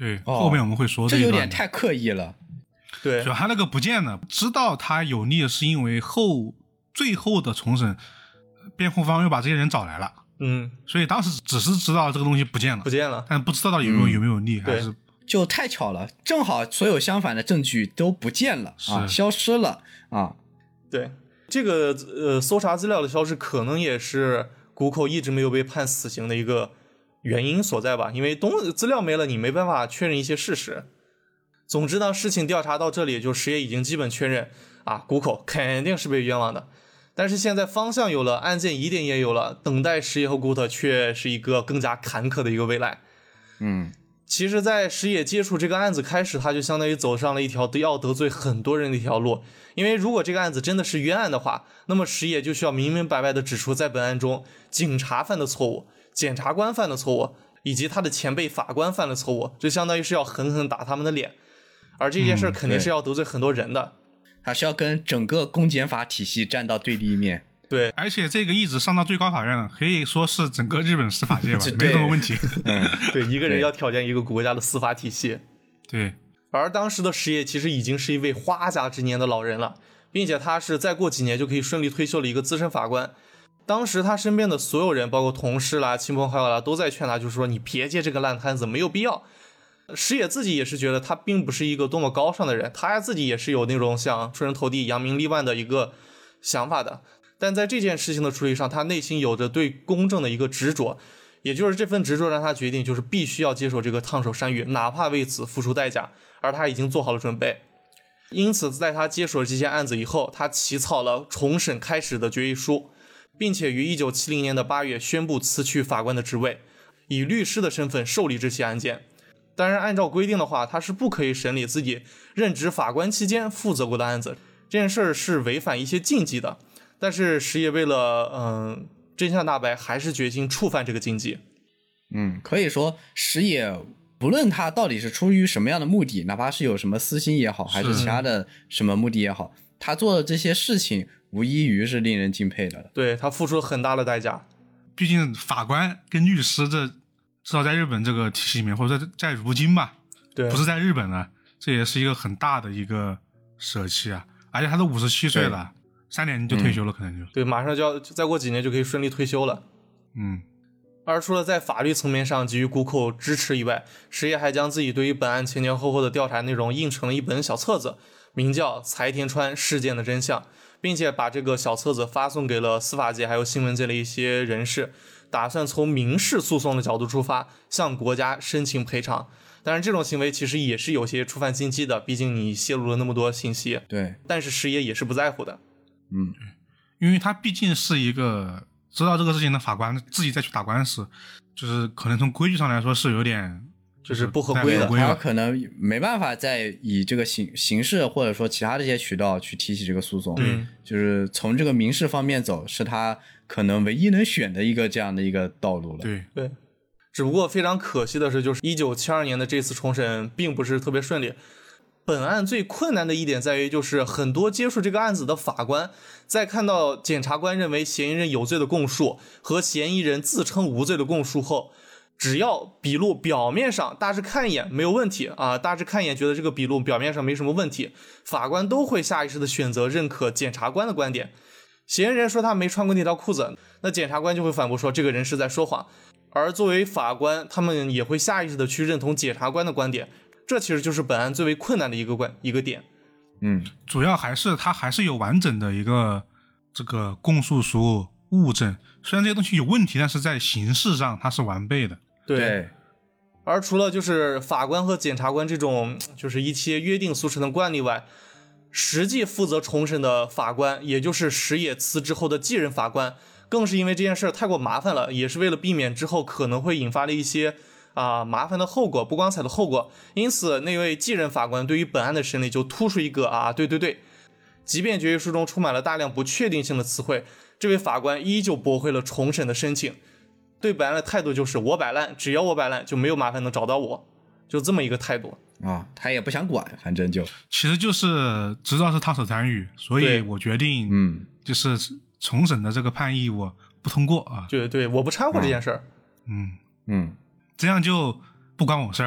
对， 哦后面我们会说这一段的有点太刻意了。 对主要他那个不见了，知道他有利是因为后最后的重审，辩护方又把这些人找来了， 嗯， 所以当时只是知道这个东西不见了， 不见了， 但不知道到底有没有、 嗯有没有利，还对是就太巧了，正好所有相反的证据都不见了啊， 是消失了啊。 对这个呃搜查资料的消失，可能也是谷口一直没有被判死刑的一个原因所在吧，因为东资料没了，你没办法确认一些事实。总之呢，事情调查到这里，就石野已经基本确认啊，谷口肯定是被冤枉的。但是现在方向有了，案件疑点也有了，等待石野和谷口却是一个更加坎坷的一个未来。 嗯， 其实在石野接触这个案子开始，他就相当于走上了一条要得罪很多人的一条路。因为如果这个案子真的是冤案的话，那么石野就需要明明白白的指出在本案中警察犯的错误、检察官犯的错误，以及他的前辈法官犯的错误，就相当于是要狠狠打他们的脸。而这件事肯定是要得罪很多人的， 他是要跟整个公检法体系站到对立面。 对， 而且这个一直上到最高法院了，可以说是整个日本司法界吧， 这没什么问题。 嗯， 对，一个人对要挑战一个国家的司法体系。 对， 而当时的石野其实已经是一位花甲之年的老人了，并且他是再过几年就可以顺利退休的一个资深法官。当时他身边的所有人，包括同事啦、亲朋好友啦，都在劝他，就是说你别接这个烂摊子，没有必要。石野自己也是觉得他并不是一个多么高尚的人，他自己也是有那种想出人头地、扬名立万的一个想法的。但在这件事情的处理上，他内心有着对公正的一个执着，也就是这份执着让他决定，就是必须要接受这个烫手山芋，哪怕为此付出代价，而他已经做好了准备。因此，在他接手这些案子以后，他起草了重审开始的决议书，并且于一九七零年的八月宣布辞去法官的职位，以律师的身份受理这起案件。当然，按照规定的话，他是不可以审理自己任职法官期间负责过的案子，这件事是违反一些禁忌的。但是石野为了嗯真相大白，还是决心触犯这个禁忌。 嗯，可以说石野不论他到底是出于什么样的目的，哪怕是有什么私心也好，还是其他的什么目的也好，他做的这些事情无异于是令人敬佩的。 对，他付出了很大的代价。 毕竟法官跟律师这至少在日本这个体系里面，或者在在如今吧， 对， 不是在日本呢，这也是一个很大的一个舍弃啊。而且他都五十七岁了，三年就退休了，可能就对，马上就要再过几年就可以顺利退休了。 嗯。 而除了在法律层面上给予谷口支持以外，石野还将自己对于本案前前后后的调查内容印成了一本小册子，名叫《柴田川事件的真相》，并且把这个小册子发送给了司法界还有新闻界的一些人士，打算从民事诉讼的角度出发，向国家申请赔偿。当然，这种行为其实也是有些触犯禁忌的，毕竟你泄露了那么多信息。 对， 但是石野也是不在乎的。 嗯， 因为他毕竟是一个知道这个事情的法官，自己再去打官司，就是可能从规矩上来说是有点就是不合规的他不太合规了。 可能没办法再以这个刑刑事或者说其他这些渠道去提起这个诉讼， 嗯， 就是从这个民事方面走，是他可能唯一能选的一个这样的一个道路了。 对对，只不过非常可惜的是，就是一九七二年的这次重审并不是特别顺利。本案最困难的一点在于，就是很多接触这个案子的法官，在看到检察官认为嫌疑人有罪的供述和嫌疑人自称无罪的供述后，只要笔录表面上大致看一眼没有问题啊，大致看一眼觉得这个笔录表面上没什么问题，法官都会下意识的选择认可检察官的观点。嫌疑人说他没穿过那条裤子，那检察官就会反驳说这个人是在说谎。而作为法官，他们也会下意识的去认同检察官的观点。这其实就是本案最为困难的一个关一个点。 嗯， 主要还是他还是有完整的一个这个供述书物证，虽然这些东西有问题，但是在形式上它是完备的。 对。 对， 而除了就是法官和检察官这种就是一些约定俗成的惯例外，实际负责重审的法官，也就是石野辞职后的继任法官，更是因为这件事太过麻烦了，也是为了避免之后可能会引发的一些啊，麻烦的后果，不光彩的后果，因此那位继任法官对于本案的审理就突出一个啊，对对对，即便决议书中充满了大量不确定性的词汇，这位法官依旧驳回了重审的申请，对本案的态度就是我摆烂，只要我摆烂就没有麻烦能找到我，就这么一个态度啊，他也不想管，反正就其实就是知道是烫手山芋，所以我决定， 嗯， 就是重审的这个判议我不通过啊， 对对，我不掺和这件事儿， 嗯嗯。 这样就不关我事儿了。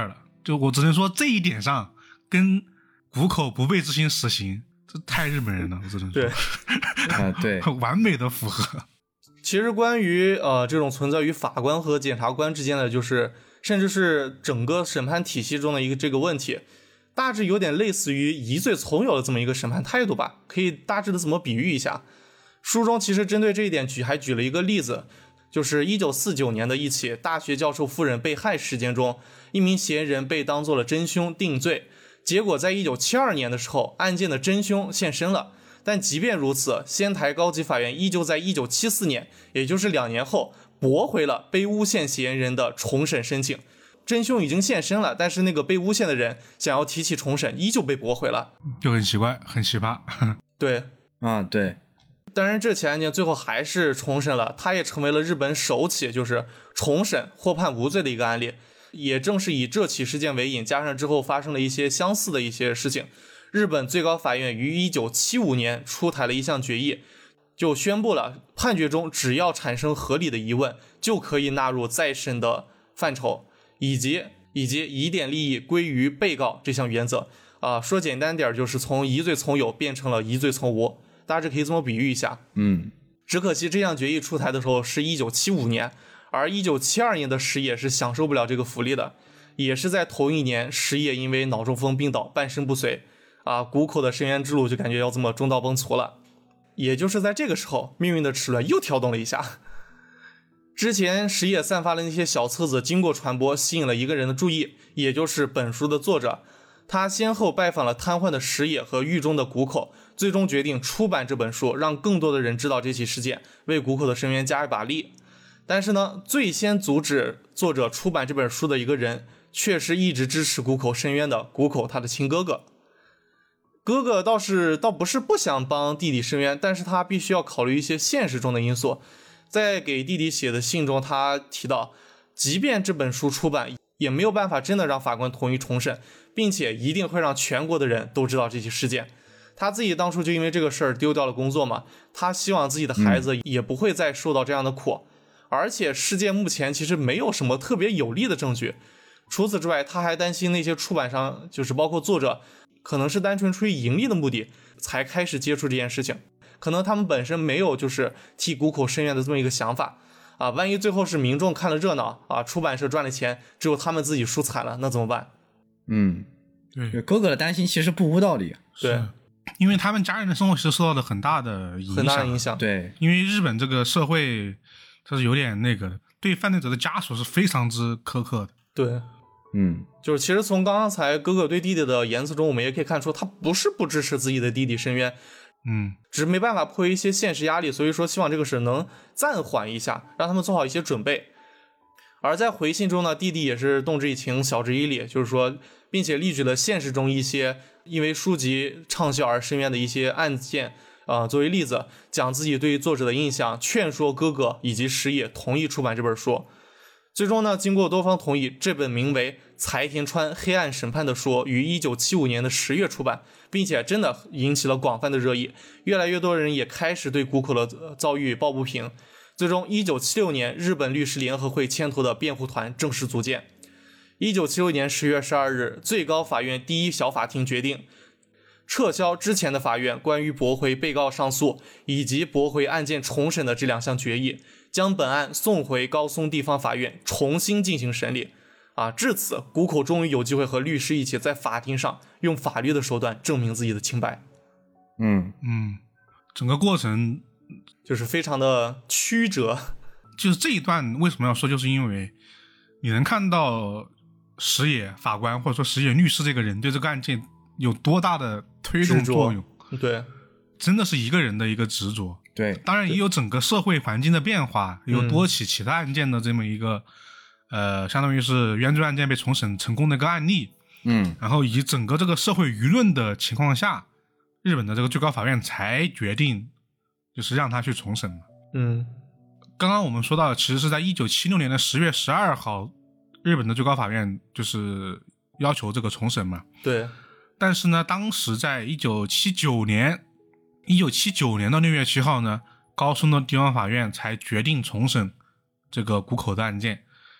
就我只能说这一点上跟谷口不悖之心实行，这太日本人了，我只能说。 对， 啊，对， 完美的符合。 其实关于呃这种存在于法官和检察官之间的，就是甚至是整个审判体系中的一个这个问题，大致有点类似于疑罪从有的这么一个审判态度吧，可以大致的这么比喻一下。书中其实针对这一点举还举了一个例子，就是一九四九年的一起大学教授夫人被害事件中，一名嫌疑人被当作了真凶定罪，结果在一九七二年的时候，案件的真凶现身了。但即便如此，仙台高级法院依旧在一九七四年，也就是两年后，驳回了被诬陷嫌疑人的重审申请。真凶已经现身了，但是那个被诬陷的人想要提起重审，依旧被驳回了， 就很奇怪，很奇葩。 对， 啊，对。 当然，这起案件最后还是重审了，它也成为了日本首起就是重审获判无罪的一个案例。也正是以这起事件为引，加上之后发生了一些相似的一些事情，日本最高法院于一九七五年出台了一项决议，就宣布了判决中只要产生合理的疑问，就可以纳入再审的范畴，以及以及疑点利益归于被告这项原则。啊、呃，说简单点，就是从疑罪从有变成了疑罪从无。大致可以这么比喻一下， 嗯， 只可惜这项决议出台的时候是一九七五年，而一九七二年的石野是享受不了这个福利的，也是在同一年，石野因为脑中风病倒，半身不遂，啊，谷口的深渊之路就感觉要这么中道崩殂了。也就是在这个时候，命运的齿轮又跳动了一下。之前石野散发的那些小册子经过传播，吸引了一个人的注意，也就是本书的作者。他先后拜访了瘫痪的石野和狱中的谷口，最终决定出版这本书，让更多的人知道这起事件，为谷口的深渊加一把力。但是呢，最先阻止作者出版这本书的一个人，却是一直支持谷口深渊的谷口他的亲哥哥。哥哥倒是倒不是不想帮弟弟深渊，但是他必须要考虑一些现实中的因素。在给弟弟写的信中，他提到，即便这本书出版，也没有办法真的让法官同意重审，并且一定会让全国的人都知道这起事件。他自己当初就因为这个事儿丢掉了工作嘛，他希望自己的孩子也不会再受到这样的苦。嗯、而且事件目前其实没有什么特别有力的证据。除此之外，他还担心那些出版商，就是包括作者，可能是单纯出于盈利的目的才开始接触这件事情，可能他们本身没有就是替谷口伸冤的这么一个想法。啊，万一最后是民众看了热闹啊，出版社赚了钱，只有他们自己输惨了，那怎么办？ 嗯， 对， 哥哥的担心其实不无道理。 对， 因为他们家人的生活其实受到了很大的影响， 很大的影响。 对， 因为日本这个社会它是有点那个的，对犯罪者的家属是非常之苛刻的。 对， 嗯， 就是其实从刚才哥哥对弟弟的言辞中，我们也可以看出，他不是不支持自己的弟弟申冤。 嗯， 只是没办法迫于一些现实压力，所以说希望这个事能暂缓一下，让他们做好一些准备。而在回信中呢，弟弟也是动之以情，晓之以理，就是说，并且例举了现实中一些因为书籍畅销而申冤的一些案件，呃，作为例子，讲自己对于作者的印象，劝说哥哥以及石野同意出版这本书。最终呢，经过多方同意，这本名为柴田川黑暗审判的书于一九七五年的十月出版，并且真的引起了广泛的热议，越来越多人也开始对谷口的遭遇抱不平。最终一九七六年，日本律师联合会牵头的辩护团正式组建。一九七六年十月十二日，最高法院第一小法庭决定撤销之前的法院关于驳回被告上诉以及驳回案件重审的这两项决议，将本案送回高松地方法院重新进行审理。啊，至此，谷口终于有机会和律师一起在法庭上用法律的手段证明自己的清白。 嗯嗯，整个过程就是非常的曲折。 就是这一段为什么要说，就是因为你能看到石野法官或者说石野律师这个人对这个案件有多大的推动作用。 对， 真的是一个人的一个执着。 对， 当然也有整个社会环境的变化，有多起其他案件的这么一个、嗯、呃，相当于是冤罪案件被重审成功的一个案例。 嗯， 然后以及整个这个社会舆论的情况下，日本的这个最高法院才决定就是让他去重审嘛。 嗯， 刚刚我们说到，其实是在一九七六年的十月十二号，日本的最高法院就是要求这个重审嘛。 对。 但是呢，当时在一九七九年一九七九年的六月七号呢，高松的地方法院才决定重审这个谷口的案件。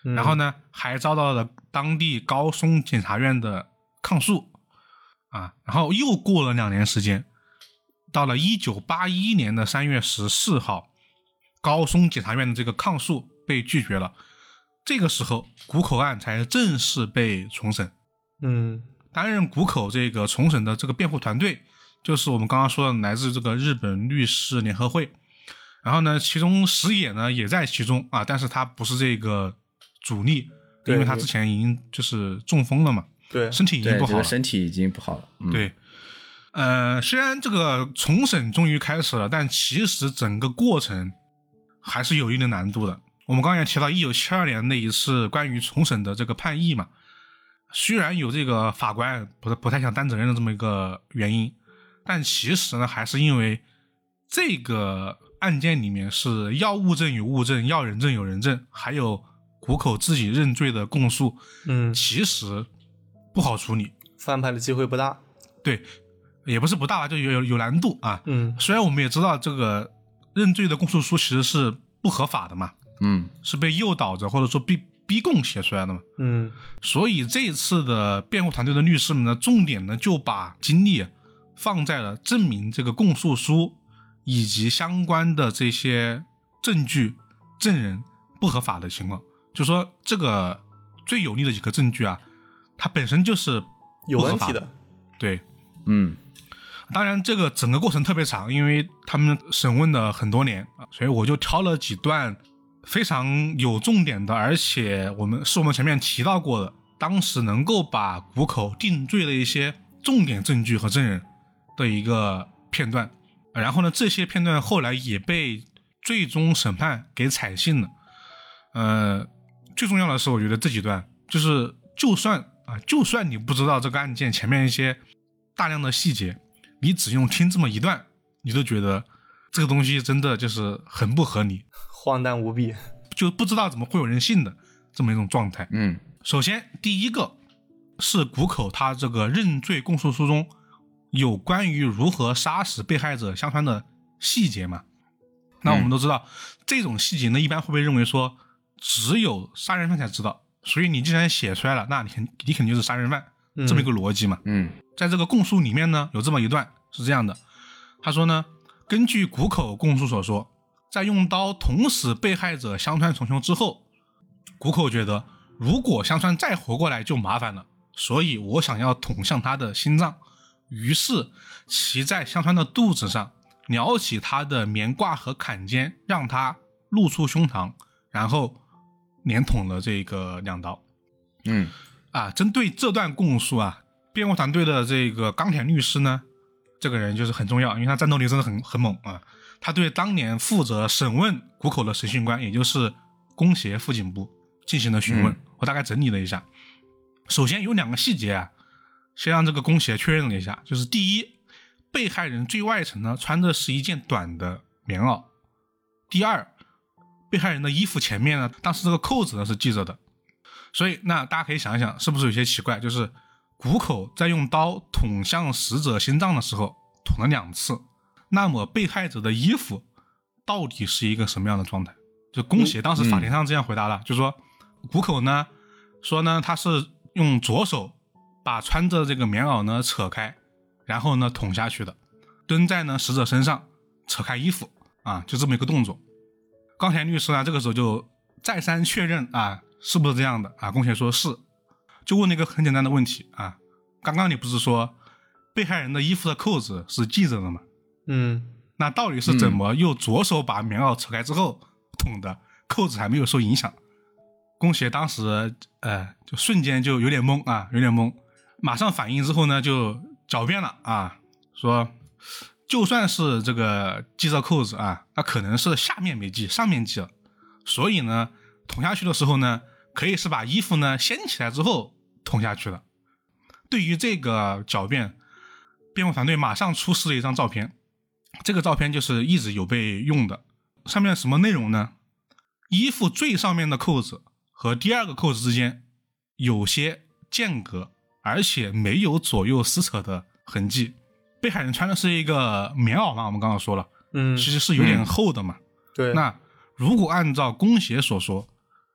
然后呢还遭到了当地高松检察院的抗诉啊，然后又过了两年时间，到了一九八一年的三月十四号，高松检察院的这个抗诉被拒绝了，这个时候谷口案才正式被重审。 嗯， 担任谷口这个重审的这个辩护团队就是我们刚刚说的来自这个日本律师联合会，然后呢其中石野呢也在其中啊，但是他不是这个主力，因为他之前已经就是中风了嘛， 对， 身体已经不好了， 这个身体已经不好了。嗯、 对，呃，虽然这个重审终于开始了，但其实整个过程还是有一定的难度的。我们刚刚也提到一九七二年那一次关于重审的这个判议嘛，虽然有这个法官不不太想担责任的这么一个原因，但其实呢还是因为这个案件里面是要物证有物证，要人证有人证，还有谷口自己认罪的供述， 嗯， 其实不好处理， 翻盘的机会不大。 对，也不是不大吧，就有有有难度啊。 嗯， 虽然我们也知道这个认罪的供述书其实是不合法的嘛， 嗯， 是被诱导着或者说逼逼供写出来的嘛。 嗯， 所以这一次的辩护团队的律师们呢，重点呢就把精力放在了证明这个供述书以及相关的这些证据证人不合法的情况，就说这个最有力的几个证据啊，它本身就是有问题的。 对， 嗯， 当然这个整个过程特别长，因为他们审问了很多年，所以我就挑了几段非常有重点的，而且我们是我们前面提到过的，当时能够把谷口定罪的一些重点证据和证人的一个片段。然后呢，这些片段后来也被最终审判给采信了。呃，最重要的是，我觉得这几段就是，就算啊，就算你不知道这个案件前面一些大量的细节，你只用听这么一段，你都觉得这个东西真的就是很不合理， 荒诞无比， 就不知道怎么会有人信的这么一种状态。 嗯， 首先第一个是谷口他这个认罪供述书中有关于如何杀死被害者相关的细节嘛。那我们都知道、嗯、这种细节呢一般会被认为说只有杀人犯才知道，所以你既然写出来了，那你肯你肯定就是杀人犯、嗯、这么一个逻辑嘛。 嗯， 在这个供述里面呢有这么一段是这样的，他说呢，根据谷口供述所说，在用刀捅死被害者香川重雄之后，谷口觉得如果香川再活过来就麻烦了，所以我想要捅向他的心脏，于是骑在香川的肚子上，撩起他的棉褂和坎肩，让他露出胸膛，然后连捅了这个两刀。 嗯， 啊，针对这段供述啊，辩护团队的这个冈田律师呢，这个人就是很重要，因为他战斗力真的很很猛啊。他对当年负责审问谷口的审讯官，也就是宫胁副警部进行了询问、嗯、我大概整理了一下。首先有两个细节啊，先让这个宫胁确认了一下，就是第一，被害人最外层呢穿的是一件短的棉袄，第二，被害人的衣服前面呢当时这个扣子呢是系着的。所以那大家可以想一想，是不是有些奇怪，就是谷口在用刀捅向死者心脏的时候捅了两次，那么被害者的衣服到底是一个什么样的状态？就宫胁当时法庭上这样回答了、嗯、就说谷口呢说呢他是用左手把穿着这个棉袄呢扯开，然后呢捅下去的，蹲在呢死者身上扯开衣服啊，就这么一个动作。冈田律师呢这个时候就再三确认啊是不是这样的啊，宫胁说是，就问了一个很简单的问题啊，刚刚你不是说被害人的衣服的扣子是系着的吗？ 嗯， 那到底是怎么又左手把棉袄扯开之后捅的，扣子还没有受影响？宫胁当时呃就瞬间就有点懵啊，有点懵，马上反应之后呢就狡辩了啊，说就算是这个系着扣子啊，那可能是下面没系，上面系了，所以呢捅下去的时候呢可以是把衣服呢掀起来之后捅下去了。对于这个狡辩，辩护团队马上出示了一张照片，这个照片就是一直有被用的，上面什么内容呢？衣服最上面的扣子和第二个扣子之间有些间隔，而且没有左右撕扯的痕迹。被害人穿的是一个棉袄嘛，我们刚刚说了， 嗯， 其实是有点厚的嘛。 嗯、对。 那如果按照宫胁所说，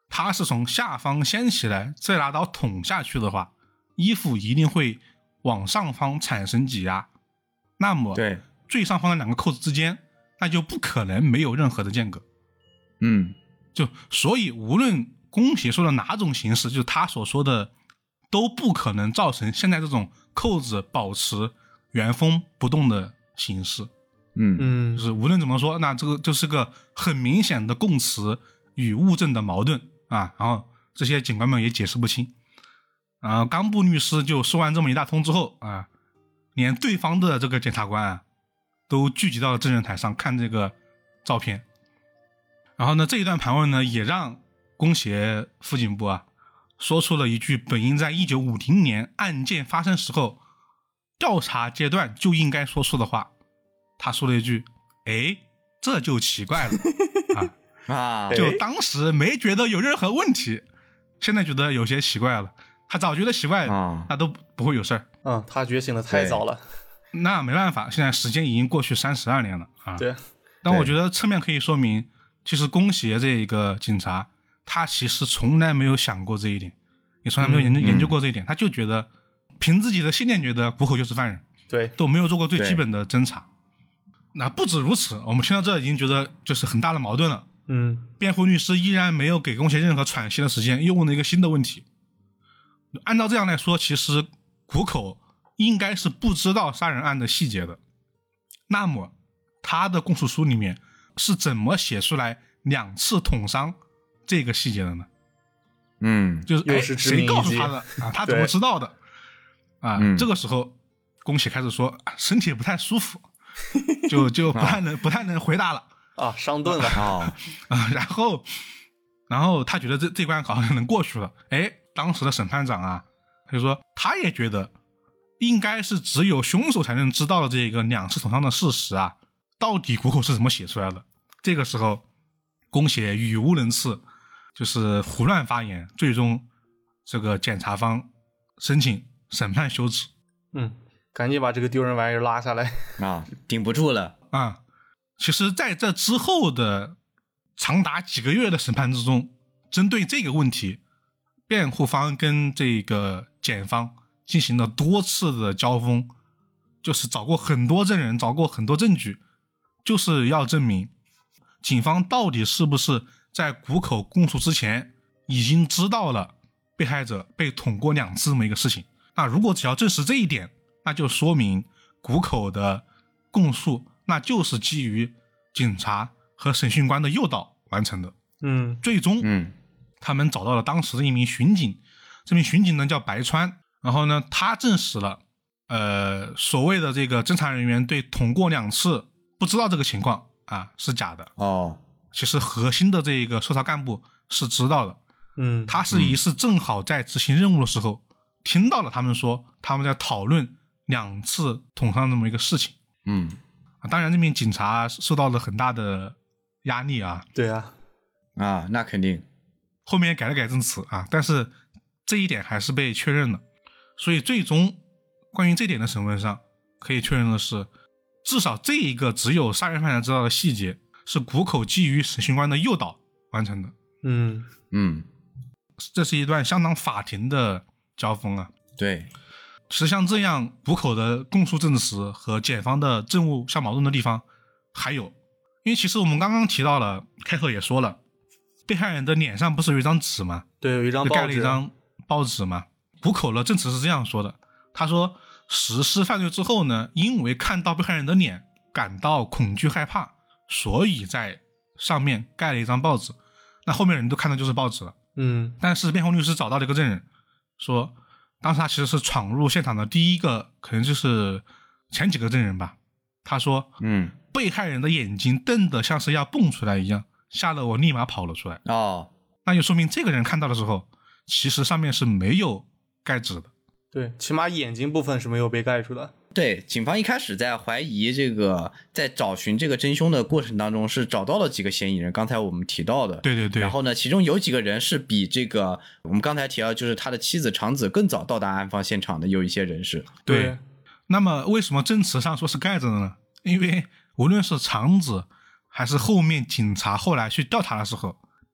他是从下方掀起来再拿刀捅下去的话，衣服一定会往上方产生挤压，那么对， 最上方的两个扣子之间那就不可能没有任何的间隔。 嗯， 就所以无论宫协说的哪种形式，就是他所说的都不可能造成现在这种扣子保持原封不动的形式。 嗯嗯就是无论怎么说，那这个就是个很明显的供词与物证的矛盾啊，然后这些警官们也解释不清。啊，冈部律师就说完这么一大通之后啊，连对方的这个检察官啊都聚集到了证人台上看这个照片。然后呢，这一段盘问呢，也让宫协辅警部啊说出了一句本应在一九五零年案件发生时候调查阶段就应该说出的话。他说了一句：“哎，这就奇怪了啊！” 啊， 就当时没觉得有任何问题，现在觉得有些奇怪了。他早觉得奇怪， 啊那都不会有事儿。 嗯，他觉醒的太早了。 那没办法，现在时间已经过去三十二年了啊。 对， 但我觉得侧面可以说明，其实宫协这一个警察，他其实从来没有想过这一点，也从来没有研究、 嗯、 研究过这一点，他就觉得凭自己的信念觉得谷口就是犯人， 对， 都没有做过最基本的侦查。那不止如此，我们听到这已经觉得就是很大的矛盾了。 嗯， 辩护律师依然没有给宫协任何喘息的时间，又问了一个新的问题。按照这样来说，其实谷口应该是不知道杀人案的细节的。那么他的供述书里面是怎么写出来两次捅伤这个细节的呢？ 嗯， 就是又是致命一击谁告诉他的啊？他怎么知道的啊、 嗯？ 这个时候宫协开始说身体不太舒服，就就不太能、啊、不太能回答了啊，伤顿了啊啊，然后然后他觉得这这关好像能过去了。哎，当时的审判长啊，他就说他也觉得应该是只有凶手才能知道的这个两次捅伤的事实啊，到底谷口是怎么写出来的？这个时候宫协语无伦次，就是胡乱发言，最终这个检察方申请审判休止。 嗯，赶紧把这个丢人玩意儿拉下来啊，顶不住了啊！其实在这之后的长达几个月的审判之中，针对这个问题，辩护方跟这个检方进行了多次的交锋，就是找过很多证人，找过很多证据，就是要证明警方到底是不是在谷口供述之前已经知道了被害者被捅过两次这么一个事情。那如果只要证实这一点，那就说明谷口的供述那就是基于警察和审讯官的诱导完成的。 嗯， 最终嗯， 他们找到了当时的一名巡警，这名巡警呢叫白川，然后呢他证实了呃所谓的这个侦查人员对捅过两次不知道这个情况啊是假的。 哦， 其实核心的这个搜查干部是知道的。 嗯， 他是疑似正好在执行任务的时候、嗯、听到了他们说他们在讨论两次捅伤这么一个事情。 嗯， 当然这名警察受到了很大的压力啊。 对啊， 啊，那肯定。 后面改了改证词啊，但是这一点还是被确认了。所以最终关于这点的审问上可以确认的是，至少这一个只有杀人犯才知道的细节是谷口基于审讯官的诱导完成的。 嗯嗯， 这是一段相当法庭的交锋啊。 对， 其实像这样谷口的供述证词和检方的证物相矛盾的地方还有，因为其实我们刚刚提到了，开头也说了，被害人的脸上不是有一张纸吗？ 对，有一张报纸， 盖了一张报纸吗？谷口的证词是这样说的，他说实施犯罪之后呢，因为看到被害人的脸感到恐惧害怕，所以在上面盖了一张报纸。那后面人都看到就是报纸了。 嗯， 但是辩护律师找到了一个证人，说当时他其实是闯入现场的第一个，可能就是前几个证人吧。他说， 嗯， 被害人的眼睛瞪得像是要蹦出来一样，吓得我立马跑了出来。 哦， 那就说明这个人看到的时候，其实上面是没有盖纸的。 对，起码眼睛部分是没有被盖住的。 对，警方一开始在怀疑这个，在找寻这个真凶的过程当中，是找到了几个嫌疑人，刚才我们提到的。 对对对。 然后呢，其中有几个人是比这个我们刚才提到，就是他的妻子长子更早到达案发现场的，有一些人士。 对。 对， 那么为什么证词上说是盖着的呢？因为无论是长子还是后面警察后来去调查的时候，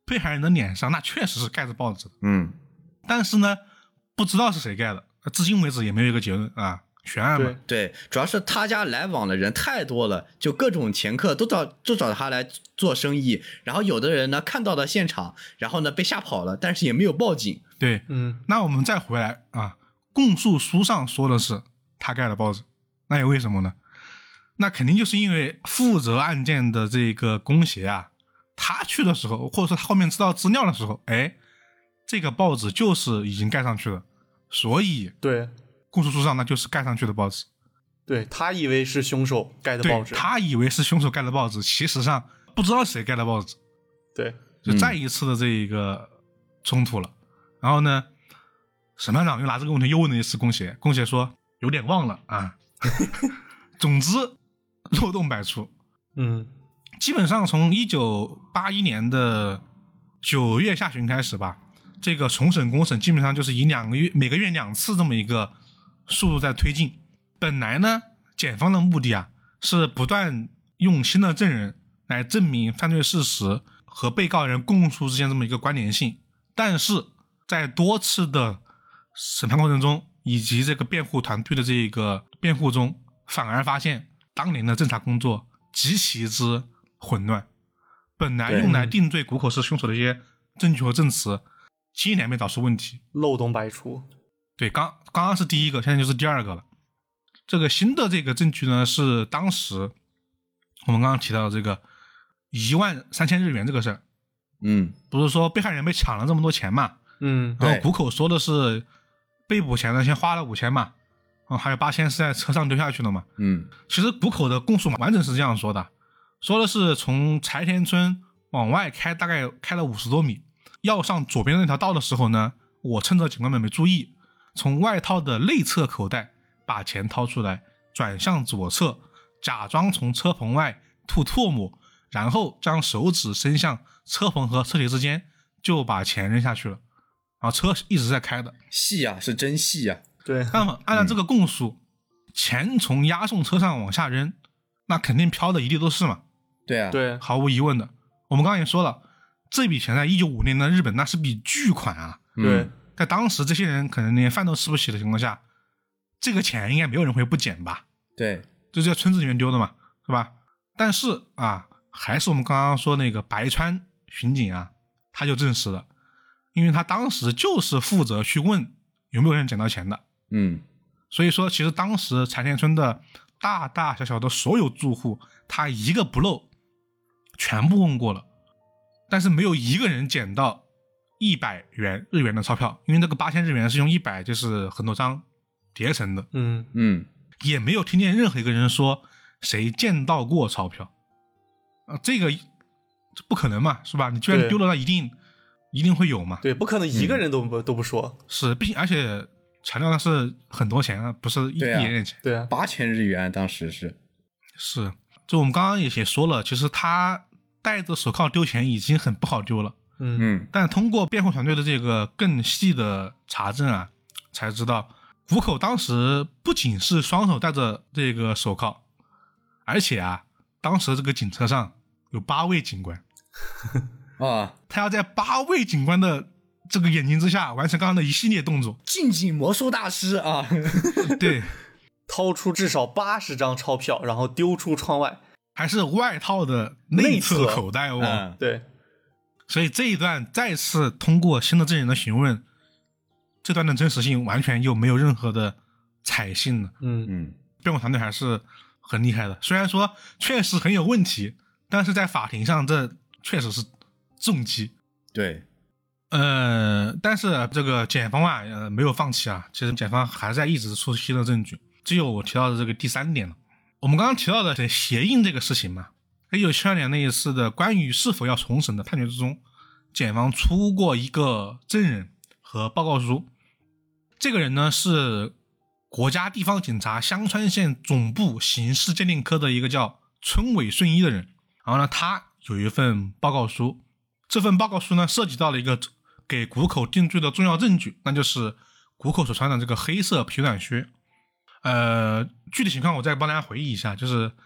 被害人的脸上那确实是盖着报纸的， 嗯， 但是呢，不知道是谁盖的，至今为止也没有一个结论啊，悬案嘛。 对，主要是他家来往的人太多了，就各种掮客都找都找他来做生意，然后有的人呢看到了现场，然后呢被吓跑了，但是也没有报警。 对， 嗯， 那我们再回来啊，供述书上说的是他盖的报纸，那也为什么呢？那肯定就是因为负责案件的这个公协啊，他去的时候，或者说他后面知道资料的时候，哎，这个报纸就是已经盖上去了，所以对， 供述书上那就是盖上去的报纸。 对，他以为是凶手盖的报纸， 对，他以为是凶手盖的报纸，其实上不知道谁盖的报纸。 对， 就再一次的这一个冲突了。嗯、然后呢，审判长又拿这个问题又问了一次公协，公协说有点忘了啊。总之漏洞百出。 嗯， 基本上从一九八一年的九月下旬开始吧，这个重审公审基本上就是以两个月每个月两次这么一个速度在推进。本来呢，检方的目的啊是不断用新的证人来证明犯罪事实和被告人供述之间这么一个关联性，但是在多次的审判过程中以及这个辩护团队的这个辩护中，反而发现当年的侦查工作极其之混乱，本来用来定罪谷口氏凶手的一些证据和证词七年没找出问题， 漏洞百出。 对，刚刚刚是第一个，现在就是第二个了。这个新的这个证据呢，是当时我们刚刚提到的这个一万三千日元这个事儿。 嗯， 不是说被害人被抢了这么多钱嘛？ 嗯， 然后谷口说的是被捕前呢先花了五千嘛，啊，还有八千是在车上丢下去的嘛。 嗯， 其实谷口的供述完整是这样说的，说的是从柴田村往外开，大概开了五十多米，要上左边那条道的时候呢，我趁着警官们没注意，从外套的内侧口袋把钱掏出来，转向左侧，假装从车棚外吐唾沫，然后将手指伸向车棚和车体之间，就把钱扔下去了。然后车一直在开的， 细啊，是真细啊。 对， 那么按照这个供述，嗯、钱从押送车上往下扔，那肯定飘的一地都是嘛。 对啊， 对， 毫无疑问的。我们刚刚也说了，这笔钱在一九五零年的日本那是笔巨款啊。 对、 嗯，在当时这些人可能连饭都吃不起的情况下，这个钱应该没有人会不捡吧？ 对， 就是在村子里面丢的嘛，是吧？但是啊，还是我们刚刚说那个白川巡警啊，他就证实了，因为他当时就是负责去问有没有人捡到钱的。 嗯， 所以说其实当时柴田村的大大小小的所有住户，他一个不漏，全部问过了，但是没有一个人捡到一百元日元的钞票，因为这个八千日元是用一百就是很多张叠成的。 嗯嗯， 也没有听见任何一个人说谁见到过钞票。啊，这个不可能嘛，是吧？你居然丢了，那一定一定会有嘛。 对，不可能一个人都不、嗯、都不说。 是，毕竟而且强调的是很多钱啊，不是一点点钱。 对啊， 八千日元当时是。 是，就我们刚刚也说了，其实他戴着手铐丢钱已经很不好丢了。 嗯嗯， 但通过辩护团队的这个更细的查证啊，才知道谷口当时不仅是双手戴着这个手铐，而且啊，当时这个警车上有八位警官啊， 他要在八位警官的这个眼睛之下完成刚刚的一系列动作， 近景魔术大师啊。 对， 掏出至少八十张钞票，然后丢出窗外， 还是外套的内侧口袋哦。 嗯、 对， 所以这一段再次通过新的证人的询问，这段的真实性完全又没有任何的采信了。 嗯嗯， 辩护团队还是很厉害的，虽然说确实很有问题，但是在法庭上这确实是重击。 对， 呃，但是这个检方啊，呃，没有放弃啊，其实检方还在一直出新的证据。只有我提到的这个第三点了，我们刚刚提到的鞋印这个事情嘛，一九七二年那一次的关于是否要重审的判决之中，检方出过一个证人和报告书，这个人呢是国家地方警察香川县总部刑事鉴定科的一个叫村尾顺一的人，然后呢他有一份报告书，这份报告书呢涉及到了一个给谷口定罪的重要证据，那就是谷口所穿的这个黑色皮短靴。呃，具体情况我再帮大家回忆一下，就是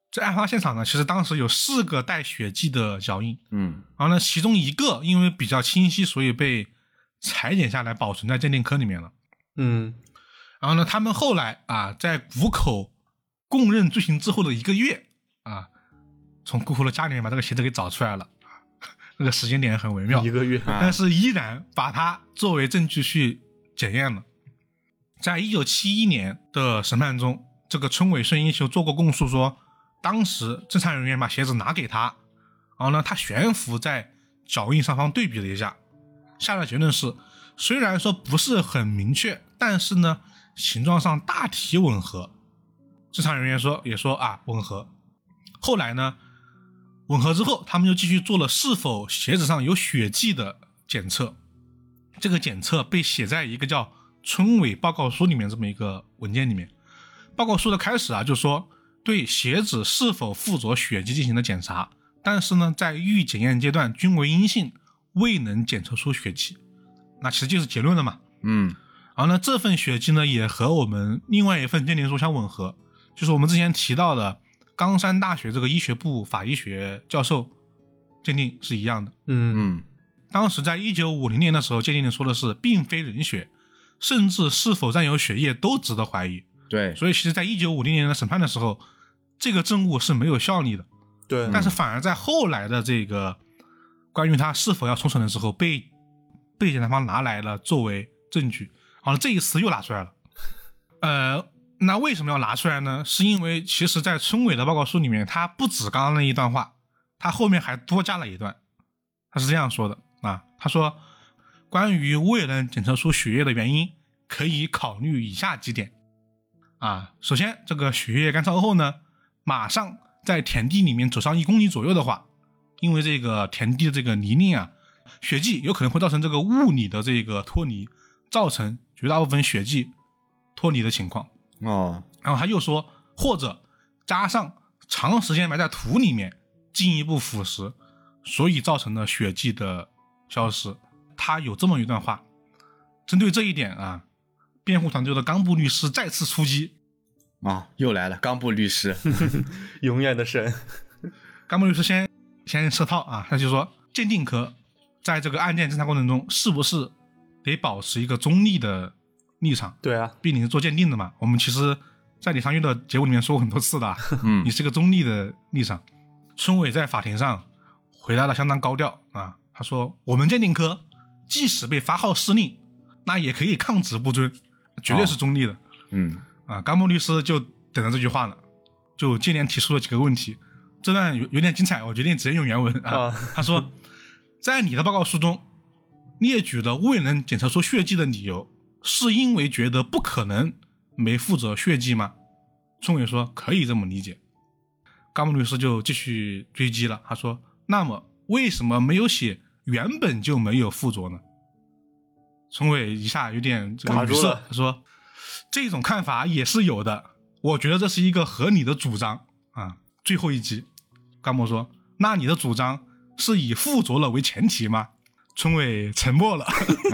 在案发现场呢，其实当时有四个带血迹的脚印， 嗯， 然后呢，其中一个因为比较清晰，所以被裁剪下来保存在鉴定科里面了。 嗯， 然后呢，他们后来啊，在谷口供认罪行之后的一个月啊，从谷口的家里面把这个鞋子给找出来了，这个时间点很微妙， 一个月， 但是依然把它作为证据去检验了。在一九七一年的审判中，这个村尾顺一修做过供述说，当时侦查人员把鞋子拿给他，然后呢，他悬浮在脚印上方对比了一下，下的结论是，虽然说不是很明确，但是呢，形状上大体吻合。侦查人员说也说啊吻合。后来呢，吻合之后，他们就继续做了是否鞋子上有血迹的检测。这个检测被写在一个叫村委报告书里面这么一个文件里面。报告书的开始啊，就说对鞋子是否附着血迹进行了检查，但是呢，在预检验阶段均为阴性，未能检测出血迹。那其实就是结论了嘛。 嗯， 然后呢，这份血迹呢也和我们另外一份鉴定书相吻合，就是我们之前提到的冈山大学这个医学部法医学教授鉴定是一样的。 嗯嗯， 当时在一九五零年的时候，鉴定说的是并非人血，甚至是否沾有血液都值得怀疑。 对， 所以其实在一九五零年的审判的时候，这个证物是没有效力的。 对， 但是反而在后来的这个关于他是否要重审的时候，被被检察方拿来了作为证据。好了，这一次又拿出来了。呃，那为什么要拿出来呢？是因为其实在村委的报告书里面，他不止刚刚那一段话，他后面还多加了一段。他是这样说的啊，他说关于未能检测出血液的原因，可以考虑以下几点啊。首先，这个血液干燥后呢，马上在田地里面走上一公里左右的话，因为这个田地的这个泥泞啊，血迹有可能会造成这个物理的这个脱离，造成绝大部分血迹脱离的情况。 哦， 然后他又说，或者加上长时间埋在土里面，进一步腐蚀，所以造成了血迹的消失。他有这么一段话。针对这一点啊，辩护团队的冈部律师再次出击啊，又来了，冈部律师， 永远的神。 冈部律师先先设套啊，他就说鉴定科在这个案件侦查过程中是不是得保持一个中立的立场？ 对啊， 毕竟是做鉴定的嘛。我们其实在李长玉的节目里面说过很多次的、啊， 嗯， 你是个中立的立场。村委在法庭上回答的相当高调啊，他说我们鉴定科即使被发号施令，那也可以抗旨不遵，绝对是中立的。 哦、嗯啊，冈部律师就等着这句话了，就接连提出了几个问题。这段有有点精彩，我决定直接用原文啊。 啊他说，在你的报告书中列举了未能检测出血迹的理由，是因为觉得不可能没负责血迹吗？村委说可以这么理解。冈部律师就继续追击了，他说，那么为什么没有写原本就没有附着呢？村委一下有点这个语塞，他说这种看法也是有的，我觉得这是一个合理的主张啊。最后一集，冈部说，那你的主张是以附着了为前提吗？村委沉默了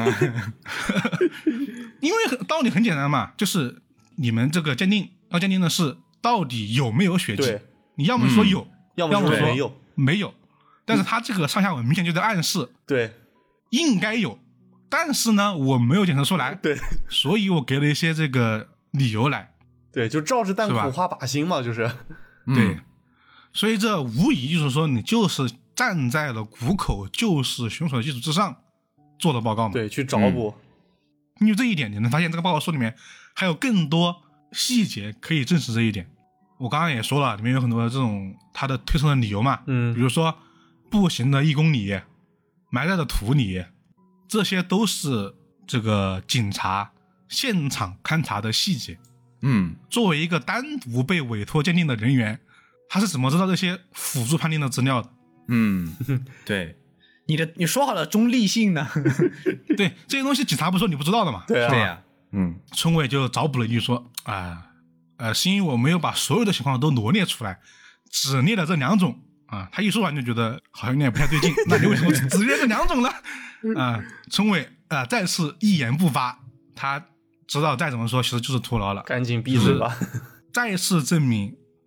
因为道理很简单嘛，就是你们这个鉴定要鉴定的是到底有没有血迹，你要么说有、嗯、 要么说没有没有，但是他这个上下文明显就在暗示对应该有，但是呢我没有检测出来， 对， 所以我给了一些这个理由来， 对，就照着弹苦花靶心嘛，就是对、嗯，所以这无疑就是说你就是站在了谷口就是凶手的基础之上做的报告嘛， 对，去找补、 嗯、因为这一点你能发现这个报告书里面还有更多细节可以证实这一点。我刚刚也说了，里面有很多这种他的推测的理由嘛， 嗯， 比如说步行的一公里，埋在的土里，这些都是这个警察现场勘查的细节。 嗯， 作为一个单独被委托鉴定的人员，他是怎么知道这些辅助判定的资料的？ 嗯，对，你的你说好了中立性呢？ 对，这些东西警察不说你不知道的嘛？ 对啊， 对呀、啊，嗯， 村委就找补了一句说啊。呃，是因为我没有把所有的情况都罗列出来，只列了这两种啊。他一说完就觉得好像有点不太对劲，那你为什么只列这两种呢？啊，村委啊、呃、再次一言不发，他知道再怎么说其实就是徒劳了， 赶紧闭嘴吧。 再次证明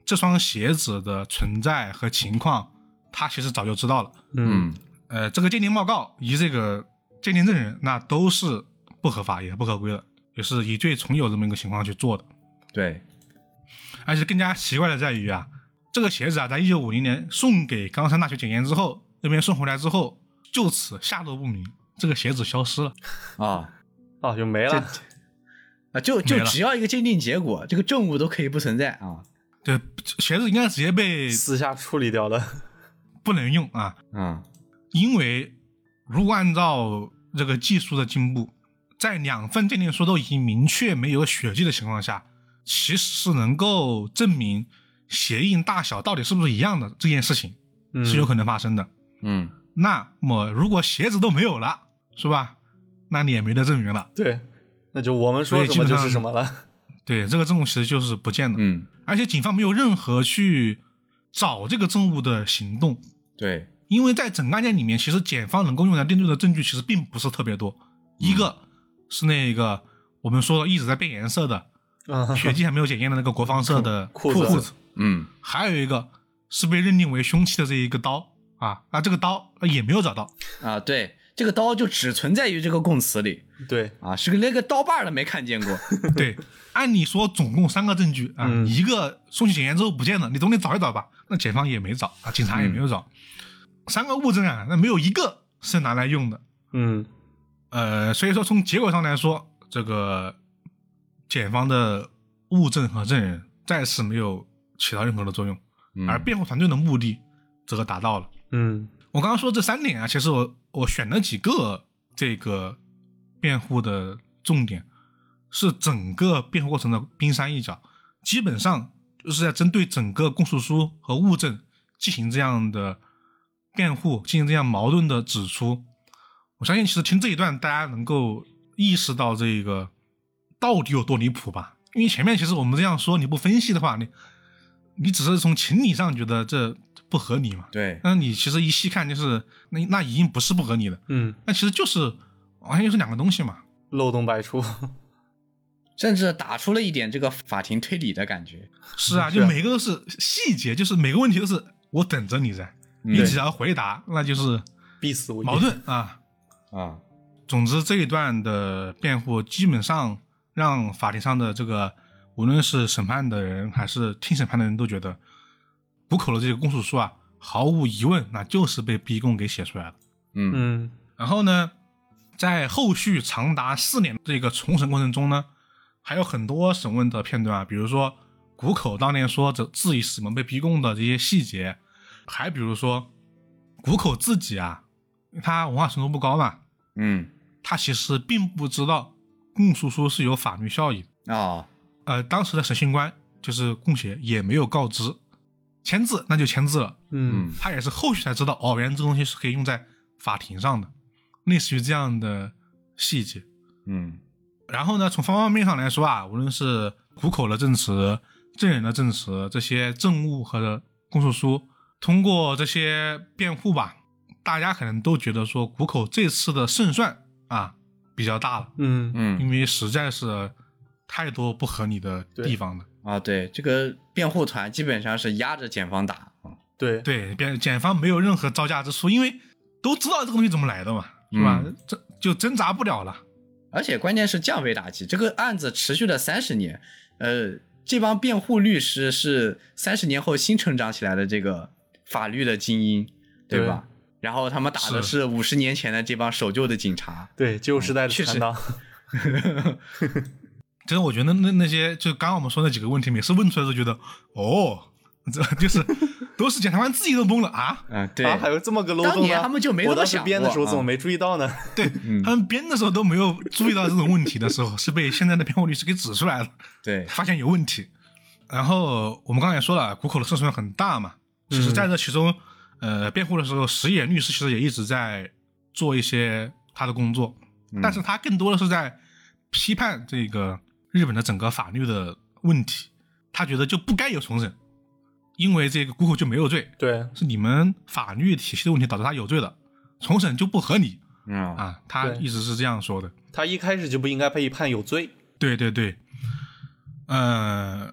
这双鞋子的存在和情况，他其实早就知道了。 嗯呃，这个鉴定报告以及这个鉴定证人，那都是不合法也不合规的，也是以罪从有这么一个情况去做的。 对， 而且更加奇怪的在于啊，这个鞋子啊，在一九五零年送给冈山大学检验之后，那边送回来之后，就此下落不明，这个鞋子消失了啊啊，就没了啊，就就只要一个鉴定结果，这个证物都可以不存在啊。 对，鞋子应该直接被私下处理掉了， 不能用啊。 嗯， 因为如果按照这个技术的进步，在两份鉴定书都已经明确没有血迹的情况下，其实是能够证明鞋印大小到底是不是一样的这件事情是有可能发生的。 嗯， 那么如果鞋子都没有了，是吧？那你也没得证明了。 对，那就我们说什么就是什么了。 对，这个证物其实就是不见的。 嗯， 而且警方没有任何去找这个证物的行动。 对， 因为在整个案件里面，其实检方能够用来定罪的证据其实并不是特别多。一个是那个我们说的一直在变颜色的血迹还没有检验的那个国防社的裤子， 裤子嗯， 还有一个是被认定为凶器的这一个刀啊，那这个刀也没有找到啊，对，这个刀就只存在于这个供词里， 对啊，是个连个刀把都没看见过。 对，按理说总共三个证据啊， 嗯、 一个送去检验之后不见了，你总得找一找吧？那检方也没找啊，警察也没有找，嗯、三个物证啊，那没有一个是拿来用的。 嗯， 呃，所以说从结果上来说，这个检方的物证和证人再次没有起到任何的作用， 嗯、 而辩护团队的目的则达到了。 嗯， 我刚刚说这三点啊，其实我我选了几个这个辩护的重点，是整个辩护过程的冰山一角，基本上就是在针对整个供述书和物证进行这样的辩护，进行这样矛盾的指出。我相信其实听这一段大家能够意识到这个到底有多离谱吧，因为前面其实我们这样说，你不分析的话，你你只是从情理上觉得这不合理嘛， 对， 那你其实一细看就是那那已经不是不合理了， 嗯， 那其实就是完全就是两个东西嘛， 漏洞百出， 甚至打出了一点这个法庭推理的感觉。 是啊，就每个都是细节，就是每个问题都是我等着你在，你只要回答，那就是必死无疑矛盾啊啊。 总之这一段的辩护基本上让法庭上的这个无论是审判的人还是听审判的人都觉得谷口的这个供述书啊，毫无疑问那就是被逼供给写出来的。 嗯嗯， 然后呢，在后续长达四年这个重审过程中呢，还有很多审问的片段啊，比如说谷口当年说这自己怎么被逼供的这些细节，还比如说谷口自己啊，他文化程度不高嘛， 嗯， 他其实并不知道供述书是有法律效益的啊、哦， 呃，当时的审讯官就是供协也没有告知，签字那就签字了， 嗯， 他也是后续才知道，哦，原来这东西是可以用在法庭上的，类似于这样的细节。 嗯， 然后呢，从方方面面上来说啊，无论是谷口的证词、证人的证词，这些证物和供述书，通过这些辩护吧，大家可能都觉得说谷口这次的胜算啊比较大了， 嗯嗯， 因为实在是太多不合理的地方了。 啊，对，这个辩护团基本上是压着检方打。 对对，检检方没有任何招架之处，因为都知道这个东西怎么来的嘛，是吧？ 嗯、 这就挣扎不了了。 而且关键是降维打击，这个案子持续了三十年，呃，这帮辩护律师是三十年后新成长起来的这个法律的精英，对吧？对，然后他们打的是五十年前的这帮守旧的警察， 对，旧时代的残党。 其实我觉得那那些就刚刚我们说那几个问题，每次问出来都觉得哦，这就是都是检察官自己都懵了啊！ 嗯，对， 啊，还有这么个漏洞呢？ 当年他们就没那么想过。 我当时编的时候怎么没注意到呢？ 啊、对、嗯、他们编的时候都没有注意到这种问题的时候，是被现在的辩护律师给指出来了， 对， 发现有问题。然后我们刚才也说了，谷口的胜算很大嘛，其实在这其中，嗯、呃，辩护的时候，石野律师其实也一直在做一些他的工作，嗯、但是他更多的是在批判这个日本的整个法律的问题，他觉得就不该有重审，因为这个谷口就没有罪， 对， 是你们法律体系的问题导致他有罪的，重审就不合理。 嗯啊，他一直是这样说的。 他一开始就不应该被判有罪。 对对对，呃，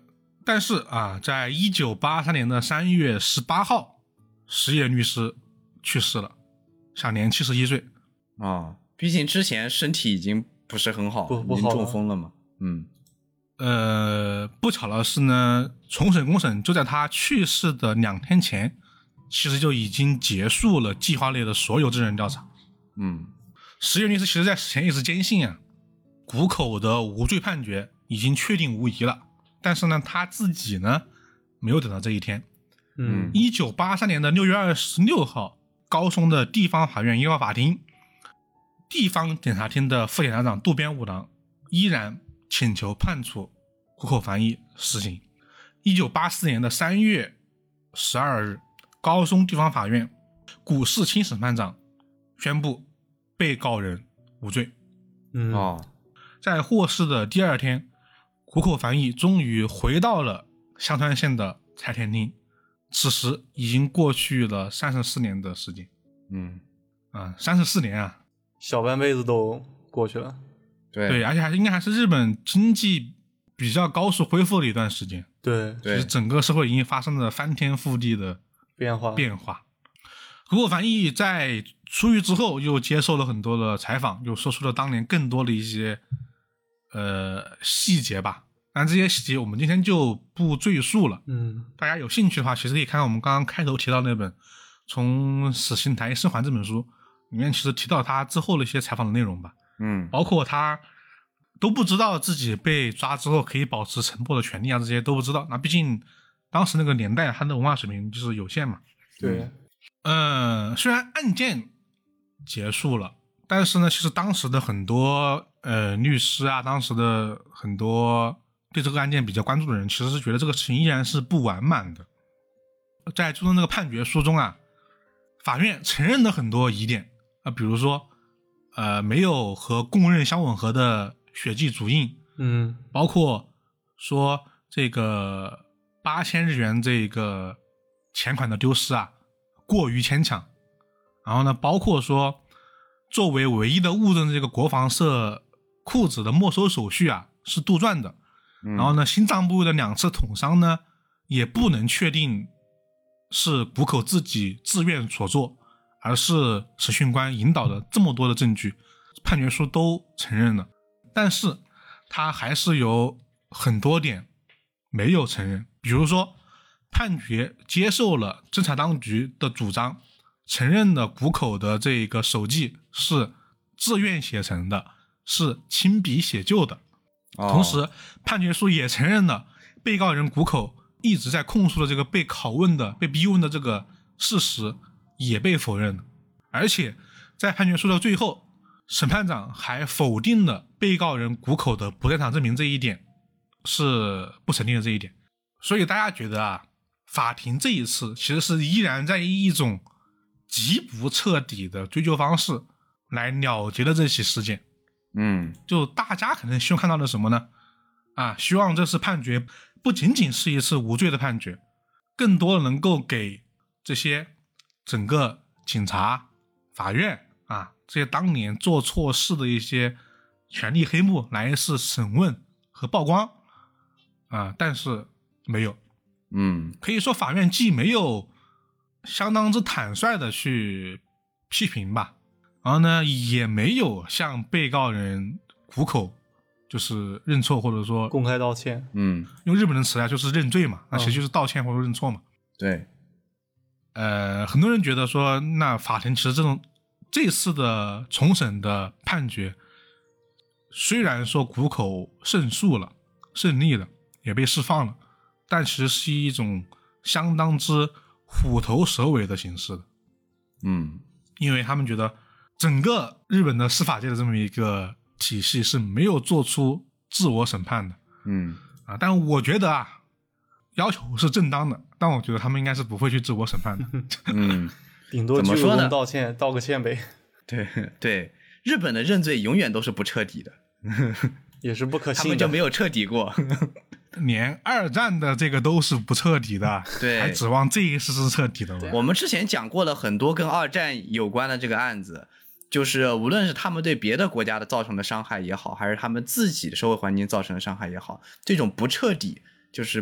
但是啊，在一九八三年的三月十八号，石野律师去世了，享年七十一岁。 啊，毕竟之前身体已经不是很好， 不不好已经中风了嘛。嗯， 呃，不巧的是呢，重审公审就在他去世的两天前，其实就已经结束了计划内的所有证人调查。 嗯， 石原律师其实在死前一直坚信啊，谷口的无罪判决已经确定无疑了，但是呢，他自己呢没有等到这一天。 嗯一九八三年的六月二十六号，高松的地方法院一号法庭，地方检察厅的副检察长渡边五郎依然请求判处谷口繁一死刑。一九八四年的三月十二日，高松地方法院谷世清审判长宣布被告人无罪。 嗯哦， 在获释的第二天，谷口繁一终于回到了香川县的柴田町，此时已经过去了三十四年的时间。 嗯， 啊，三十四年啊！ 小半辈子都过去了。 对对，而且还是应该还是日本经济比较高速恢复的一段时间。 对， 其对实整个社会已经发生了翻天覆地的变化变化。谷口繁一在出狱之后，又接受了很多的采访，又说出了当年更多的一些呃细节吧。但这些细节我们今天就不赘述了。 嗯大家有兴趣的话，其实可以看看我们刚刚开头提到那本《从死刑台生还》这本书，里面其实提到他之后的一些采访的内容吧。 嗯， 包括他都不知道自己被抓之后可以保持沉默的权利啊，这些都不知道。那毕竟当时那个年代，他的文化水平就是有限嘛。 对， 嗯、呃，虽然案件结束了，但是呢，其实当时的很多呃律师啊，当时的很多对这个案件比较关注的人，其实是觉得这个事情依然是不完满的。在最终那个判决书中啊，法院承认了很多疑点啊，比如说呃没有和供认相吻合的血迹足印， 嗯包括说这个八千日元这个钱款的丢失啊过于牵强，然后呢，包括说作为唯一的物证这个国防社裤子的没收手续啊是杜撰的，然后呢，心脏部位的两次捅伤呢也不能确定是谷口自己自愿所做，而是审讯官引导的。这么多的证据，判决书都承认了，但是他还是有很多点没有承认。比如说，判决接受了侦查当局的主张，承认了谷口的这个手记是自愿写成的，是亲笔写就的。 哦同时，判决书也承认了被告人谷口一直在控诉的这个被拷问的、被逼问的这个事实也被否认了。而且在判决书的最后，审判长还否定了被告人谷口的不在场证明这一点是不成立的这一点。所以大家觉得啊，法庭这一次其实是依然在以一种极不彻底的追究方式来了结了这起事件。 嗯， 就大家可能希望看到的什么呢？啊，希望这次判决不仅仅是一次无罪的判决，更多的能够给这些整个警察、法院啊这些当年做错事的一些权力黑幕来一次审问和曝光啊，但是没有。 嗯， 可以说法院既没有相当之坦率的去批评吧，然后呢也没有向被告人谷口就是认错，或者说公开道歉。 嗯， 用日本的词啊就是认罪嘛，那其实就是道歉或者认错嘛。 对， 呃，很多人觉得说，那法庭其实这种这次的重审的判决，虽然说谷口胜诉了、胜利了，也被释放了，但其实是一种相当之虎头蛇尾的形式的。 嗯， 因为他们觉得整个日本的司法界的这么一个体系是没有做出自我审判的。 嗯， 啊，但我觉得啊，要求是正当的，但我觉得他们应该是不会去自我审判的。 嗯， 顶多鞠个怎么说呢躬道歉，道个歉呗， 对对，日本的认罪永远都是不彻底的， 也是不可他信的。 们就没有彻底过。 连二战的这个都是不彻底的， 对还指望这一次是彻底的吗？ 我们之前讲过了很多跟二战有关的这个案子，就是无论是他们对别的国家的造成的伤害也好，还是他们自己的社会环境造成的伤害也好，这种不彻底就是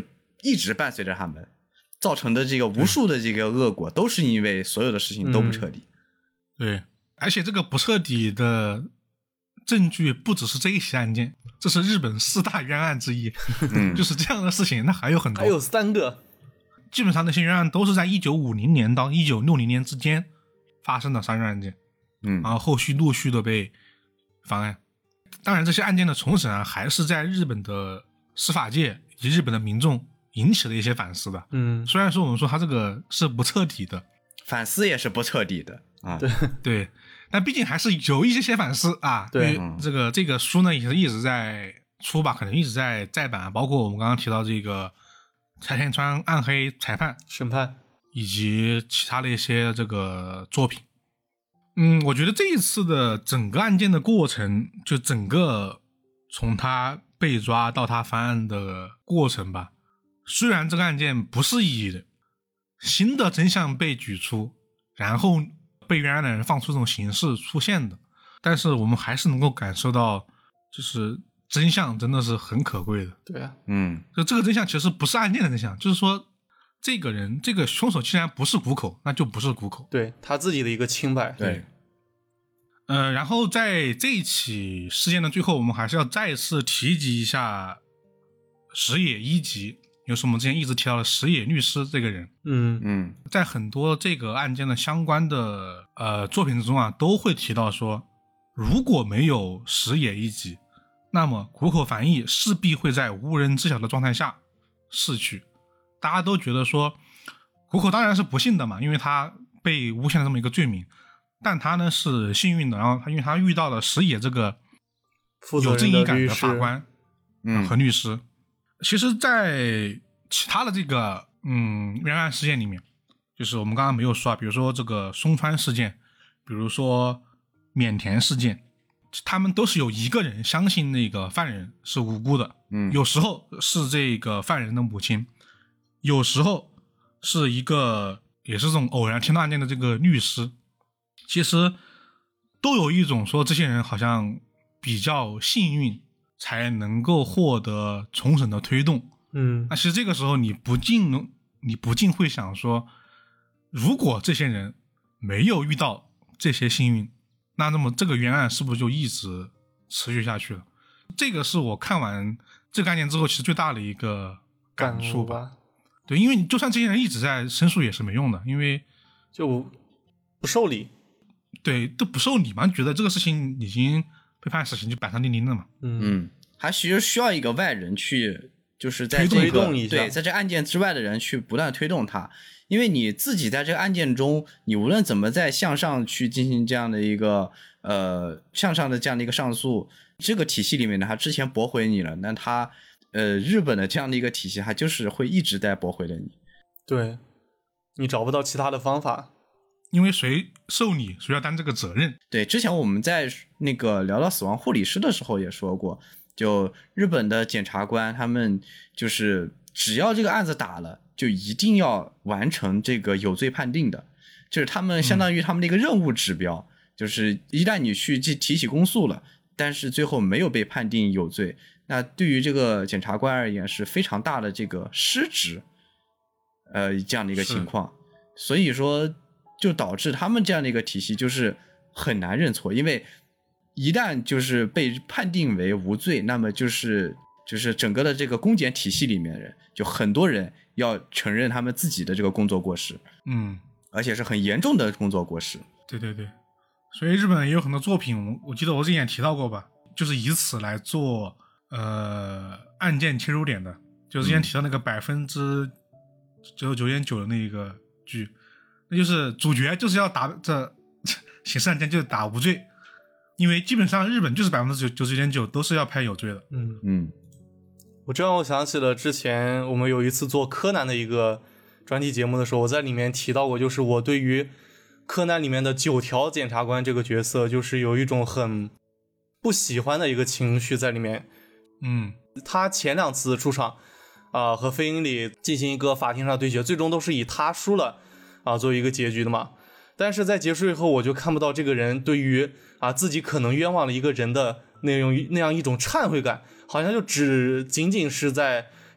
一直伴随着他们，造成的这个无数的这个恶果，都是因为所有的事情都不彻底。 嗯、对，而且这个不彻底的证据不只是这一起案件，这是日本四大冤案之一。 嗯， 就是这样的事情，那还有很多， 还有三个。 基本上那些冤案都是在一九五零年到一九六零年之间发生的杀人案件， 嗯， 然后后续陆续的被翻案。当然，这些案件的重审啊，还是在日本的司法界以及日本的民众引起了一些反思的。 嗯， 虽然说我们说它这个是不彻底的， 反思也是不彻底的啊。 对对，但毕竟还是有一些些反思啊。 对， 这个这个书呢也是一直在出吧，可能一直在再版，包括我们刚刚提到这个柴田川暗黑裁判审判以及其他的一些这个作品。嗯，我觉得这一次的整个案件的过程，就整个从他被抓到他翻案的过程吧，虽然这个案件不是以新的真相被举出，然后被冤案的人放出这种形式出现的，但是我们还是能够感受到，就是真相真的是很可贵的。 对啊， 嗯， 就这个真相其实不是案件的真相，就是说这个人这个凶手既然不是谷口，那就不是谷口， 对他自己的一个清白。 对， 呃，然后在这一起事件的最后，我们还是要再次提及一下石野一吉，就是我们之前一直提到的石野律师这个人。 嗯嗯， 在很多这个案件的相关的呃作品之中啊，都会提到说，如果没有石野一吉，那么谷口繁义势必会在无人知晓的状态下逝去。大家都觉得说，谷口当然是不幸的嘛，因为他被诬陷了这么一个罪名，但他呢是幸运的，然后他因为他遇到了石野这个有正义感的法官嗯和律师。其实在其他的这个嗯冤案事件里面，就是我们刚刚没有说啊，比如说这个松川事件，比如说缅田事件，他们都是有一个人相信那个犯人是无辜的， 嗯， 有时候是这个犯人的母亲，有时候是一个也是这种偶然听到案件的这个律师，其实都有一种说这些人好像比较幸运才能够获得重审的推动。 嗯， 那其实这个时候你不禁你不禁会想说，如果这些人没有遇到这些幸运，那那么这个冤案是不是就一直持续下去了？这个是我看完这个案件之后其实最大的一个感触吧。对，因为你就算这些人一直在申诉也是没用的，因为就不受理。 对，都不受理嘛，觉得这个事情已经被判死刑就板上钉钉了嘛。 嗯嗯，还需要需要一个外人去，就是在这推个动一下， 对，在这案件之外的人去不断推动它。因为你自己在这个案件中，你无论怎么在向上去进行这样的一个呃向上的这样的一个上诉，这个体系里面呢，它之前驳回你了，那它呃日本的这样的一个体系，它就是会一直在驳回的你。 对，你找不到其他的方法。 因为谁受理，谁要担这个责任。 对，之前我们在那个聊到死亡护理师的时候也说过，就日本的检察官他们就是只要这个案子打了，就一定要完成这个有罪判定的，就是他们相当于他们的一个任务指标，嗯、就是一旦你去提起公诉了，但是最后没有被判定有罪，那对于这个检察官而言是非常大的这个失职，呃，这样的一个情况，所以说。就导致他们这样的一个体系就是很难认错，因为一旦就是被判定为无罪，那么就是就是整个的这个公检体系里面的人，就很多人要承认他们自己的这个工作过失， 嗯， 而且是很严重的工作过失。 对对对，所以日本也有很多作品，我记得我之前也提到过吧，就是以此来做呃案件切入点的，就之前提到那个百分之九十九点九的那个剧。那就是主角就是要打这刑事案件就是打无罪，因为基本上日本就是百分之九十点九都是要拍有罪的。 嗯嗯， 我这让我想起了之前我们有一次做柯南的一个专题节目的时候，我在里面提到过，就是我对于柯南里面的九条检察官这个角色，就是有一种很不喜欢的一个情绪在里面。 嗯， 他前两次出场啊、呃，和飞鹰里进行一个法庭上对决，最终都是以他输了。啊，作为一个结局的嘛，但是在结束以后，我就看不到这个人对于啊自己可能冤枉了一个人的那种那样一种忏悔感，好像就只仅仅是在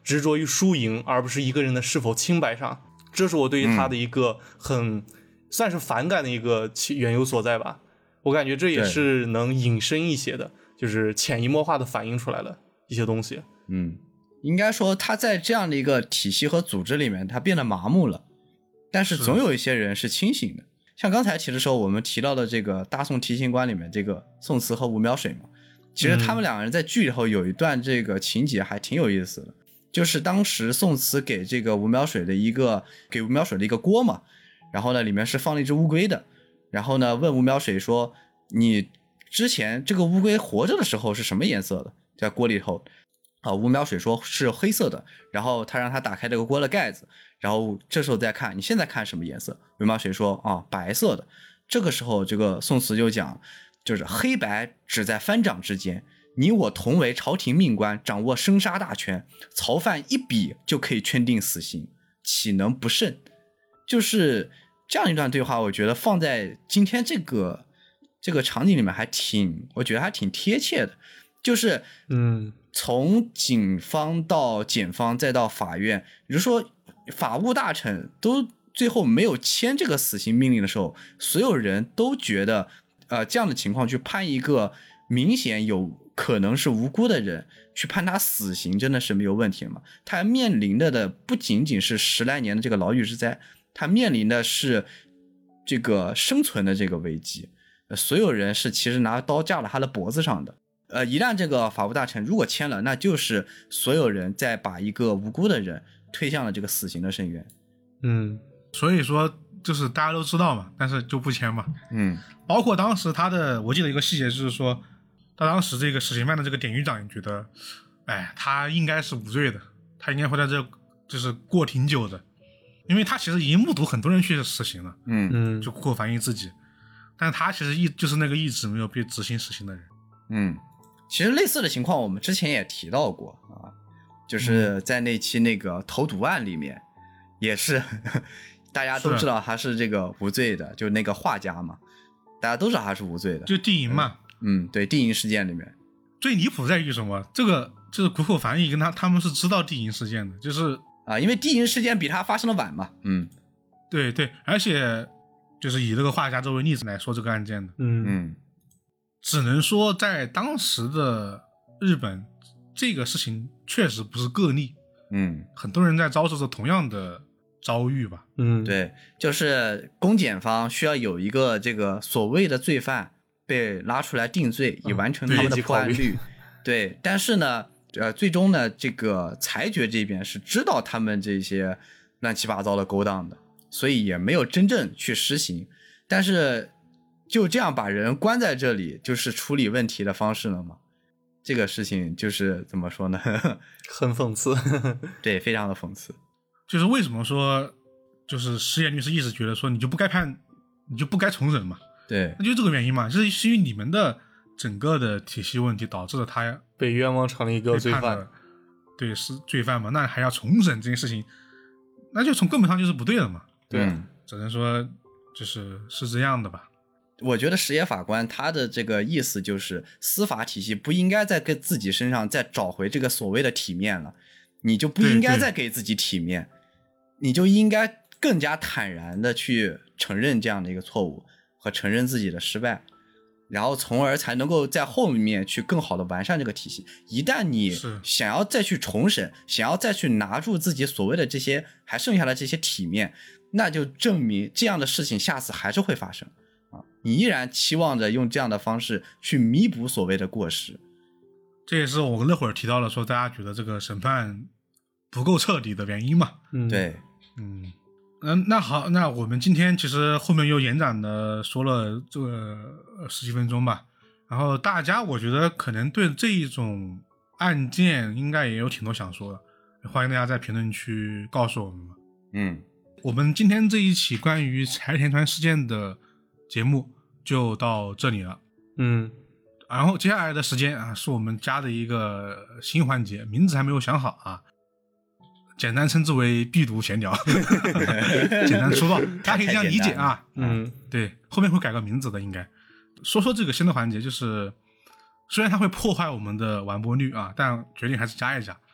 执着于输赢，而不是一个人的是否清白上。这是我对于他的一个很、嗯、算是反感的一个缘由所在吧。我感觉这也是能引申一些的，就是潜移默化的反映出来了一些东西。 嗯，应该说他在这样的一个体系和组织里面，他变得麻木了，但是总有一些人是清醒的。像刚才提的时候我们提到的这个大宋提刑官里面这个宋慈和吴苗水嘛，其实他们两个人在剧里头有一段这个情节还挺有意思的，就是当时宋慈给这个吴苗水的一个给吴苗水的一个锅嘛，然后呢里面是放了一只乌龟的，然后呢问吴苗水说你之前这个乌龟活着的时候是什么颜色的，在锅里头啊，吴苗水说是黑色的，然后他让他打开这个锅的盖子，然后这时候再看你现在看什么颜色，吴苗水说啊白色的。这个时候这个宋慈就讲，就是黑白只在藩长之间，你我同为朝廷命官，掌握生杀大权，曹犯一笔就可以圈定死刑，岂能不慎？就是这样一段对话，我觉得放在今天这个这个场景里面还挺，我觉得还挺贴切的。就是嗯， 从警方到检方再到法院，也就是说法务大臣都最后没有签这个死刑命令的时候，所有人都觉得呃这样的情况去判一个明显有可能是无辜的人，去判他死刑真的是没有问题吗？他面临的的不仅仅是十来年的这个牢狱之灾，他面临的是这个生存的这个危机，呃、所有人是其实拿刀架了他的脖子上的。呃，一旦这个法务大臣如果签了，那就是所有人在把一个无辜的人推向了这个死刑的深渊。 嗯， 所以说就是大家都知道嘛，但是就不签嘛。 嗯， 包括当时他的，我记得一个细节就是说，他当时这个死刑犯的这个典狱长也觉得，哎，他应该是无罪的，他应该会在这就是过挺久的，因为他其实已经目睹很多人去死刑了。 嗯嗯， 就苦口反映自己，但是他其实一就是那个一直没有被执行死刑的人。 嗯。其实类似的情况我们之前也提到过啊，就是在那期那个投毒案里面也是大家都知道他是这个无罪的，就那个画家嘛，大家都知道他是无罪的， 就地营嘛。 嗯，对，地营事件里面最离谱在于什么？这个就是苦口反映跟他他们是知道地营事件的，就是啊，因为地营事件比他发生的晚嘛。嗯， 对对，而且就是以这个画家作为例子来说这个案件的。 嗯嗯。 只能说在当时的日本，这个事情确实不是个例。 嗯， 很多人在遭受着同样的遭遇吧。 嗯， 对，就是公检方需要有一个这个所谓的罪犯被拉出来定罪，以完成他们的破案率。嗯、对, 对，但是呢，呃，最终呢，这个裁决这边是知道他们这些乱七八糟的勾当的，所以也没有真正去实行。但是就这样把人关在这里，就是处理问题的方式了吗？这个事情就是怎么说呢？ 很讽刺。 对，非常的讽刺。 就是为什么说，就是石岩律师一直觉得说你就不该判，你就不该重审嘛？ 对， 那就是这个原因嘛，就是是因为你们的整个的体系问题导致了他被冤枉成了一个罪犯。 对，是罪犯嘛？那还要重审这件事情，那就从根本上就是不对了嘛？ 对， 嗯、 只能说就是是这样的吧。 我觉得石野法官他的这个意思就是司法体系不应该再跟自己身上再找回这个所谓的体面了，你就不应该再给自己体面，你就应该更加坦然的去承认这样的一个错误和承认自己的失败，然后从而才能够在后面去更好的完善这个体系。一旦你想要再去重审，想要再去拿住自己所谓的这些还剩下的这些体面，那就证明这样的事情下次还是会发生啊！你依然期望着用这样的方式去弥补所谓的过失。 这也是我那会儿提到了说大家觉得这个审判不够彻底的原因嘛。 嗯，对， 嗯，嗯，那好，那我们今天其实后面又延展的说了这个十几分钟吧，然后大家我觉得可能对这一种案件应该也有挺多想说的，欢迎大家在评论区告诉我们。 嗯， 我们今天这一期关于柴田川事件的节目就到这里了。 嗯， 然后接下来的时间啊，是我们加的一个新环节，名字还没有想好啊，简单称之为必读闲聊。简单粗暴，大家可以这样理解啊。 嗯， 对，后面会改个名字的应该。说说这个新的环节，就是虽然它会破坏我们的完播率啊，但决定还是加一加。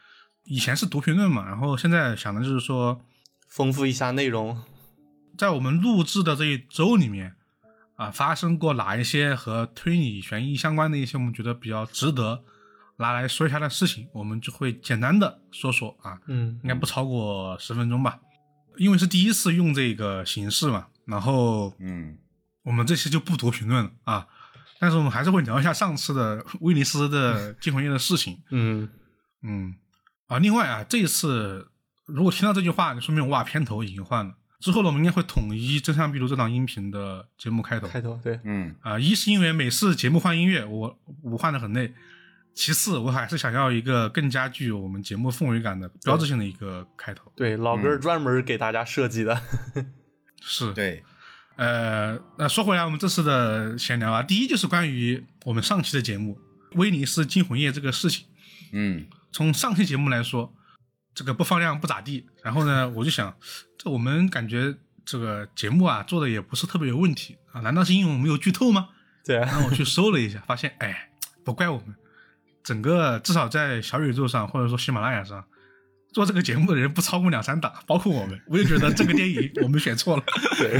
以前是读评论嘛，然后现在想的就是说丰富一下内容。 在我们录制的这一周里面啊，发生过哪一些和推理悬疑相关的一些我们觉得比较值得拿来说一下的事情，我们就会简单的说说啊， 嗯， 应该不超过十分钟吧，因为是第一次用这个形式嘛，然后嗯， 我们这期就不读评论了啊，但是我们还是会聊一下上次的威尼斯的惊魂夜的事情。 嗯嗯啊，另外啊，这一次如果听到这句话，就说明我把片头已经换了。之后呢，我们应该会统一真相壁炉这档音频的节目开头。 开头对， 嗯啊，一是因为每次节目换音乐，我我换得很累；其次，我还是想要一个更加具有我们节目氛围感的标志性的一个开头。 对，老哥专门给大家设计的。 嗯、是， 对。 呃，那说回来，我们这次的闲聊啊，第一就是关于我们上期的节目《威尼斯惊魂夜》这个事情。 嗯， 从上期节目来说，这个播放量不咋地。然后呢，我就想，这我们感觉这个节目啊做的也不是特别有问题啊，难道是因为我们有剧透吗？ 对。 然后我去搜了一下，发现，哎，不怪我们，整个至少在小宇宙上或者说喜马拉雅上做这个节目的人不超过两三档，包括我们。我就觉得这个电影我们选错了。 对。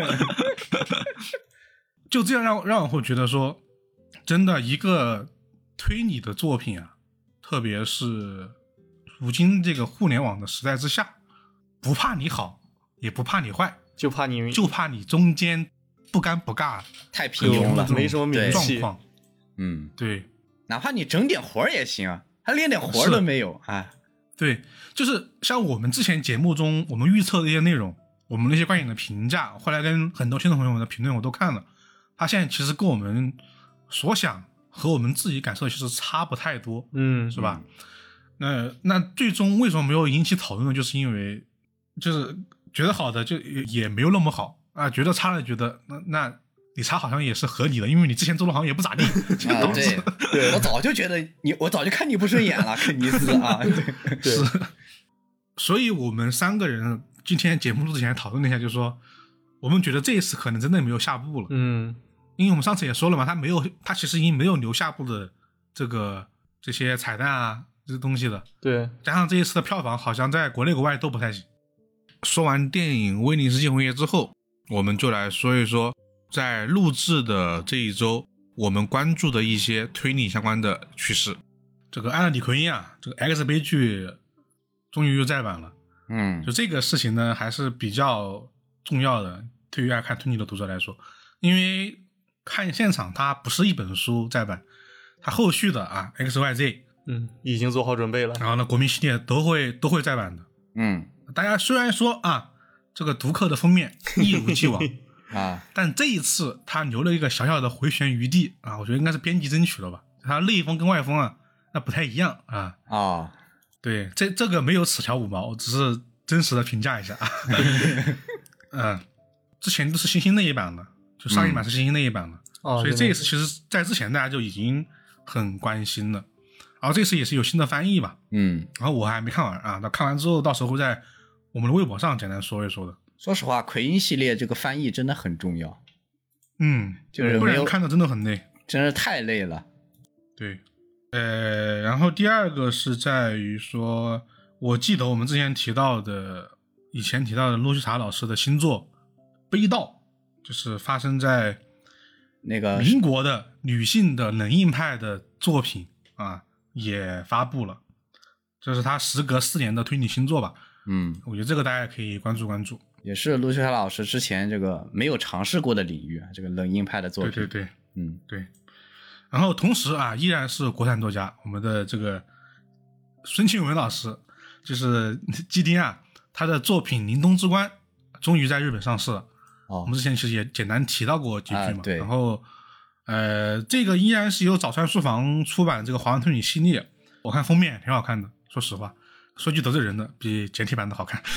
就这样让让我会觉得说，真的一个推理的作品啊，特别是如今这个互联网的时代之下，不怕你好，也不怕你坏， 就怕你就怕你中间不尴不尬， 太平庸了， 没什么名气。 状况。 嗯， 对， 哪怕你整点活也行啊，他连点活都没有啊。 对，就是像我们之前节目中我们预测的一些内容，我们那些观影的评价，后来跟很多听众朋友们的评论我都看了，发现其实跟我们所想和我们自己感受其实差不太多， 嗯， 是吧？那那最终为什么没有引起讨论呢？就是因为就是觉得好的就也没有那么好啊，觉得差的觉得那那你差好像也是合理的，因为你之前做的好像也不咋地。 啊，对对，我早就觉得你，我早就看你不顺眼了，肯尼斯啊，对， 是。所以我们三个人今天节目录之前讨论了一下，就是说我们觉得这一次可能真的没有下部了。 嗯， 因为我们上次也说了嘛，他没有，他其实已经没有留下部的这个这些彩蛋啊这些东西了。 对， 加上这一次的票房好像在国内国外都不太行。说完电影《威尼斯惊魂夜》之后，我们就来说一说在录制的这一周我们关注的一些推理相关的趋势。这个按李奎因啊，这个 X 悲剧终于又再版了。 嗯， 就这个事情呢还是比较重要的，对于爱看推理的读者来说，因为看现场它不是一本书再版，它后续的啊 X Y Z 嗯已经做好准备了， 然后呢国民系列都会都会再版的。 嗯， 大家虽然说啊这个读客的封面一如既往啊， 但这一次他留了一个小小的回旋余地啊，我觉得应该是编辑争取了吧，它内封跟外封啊那不太一样啊。 哦， 对，这这个没有此条五毛，只是真实的评价一下。嗯，之前都是星星那一版的，就上一版是星星那一版的， 嗯、 所以这一次其实在之前大家就已经很关心了。然后这次也是有新的翻译吧， 嗯， 然后我还没看完啊，那看完之后到时候会在我们的微博上简单说一说的。 说实话，奎因系列这个翻译真的很重要。 嗯， 就是不然看着真的很累， 真是太累了。 对，呃，然后第二个是在于说，我记得我们之前提到的，以前提到的陆西塔老师的新作《悲道》，就是发生在那个民国的女性的冷硬派的作品啊，也发布了。这是他时隔四年的推理新作吧？ 嗯， 我觉得这个大家可以关注关注。 也是陆秀才老师之前这个没有尝试过的领域，这个冷硬派的作品。 对对对， 嗯， 对。然后同时啊，依然是国产作家，我们的这个孙庆文老师，就是基丁啊，他的作品《林东之关》终于在日本上市了。 哦， 我们之前其实也简单提到过几句嘛。 啊、对。 然后，呃，这个依然是由早川书房出版的这个华文推理系列，我看封面挺好看的，说实话，说句得罪人的，比简体版的好看。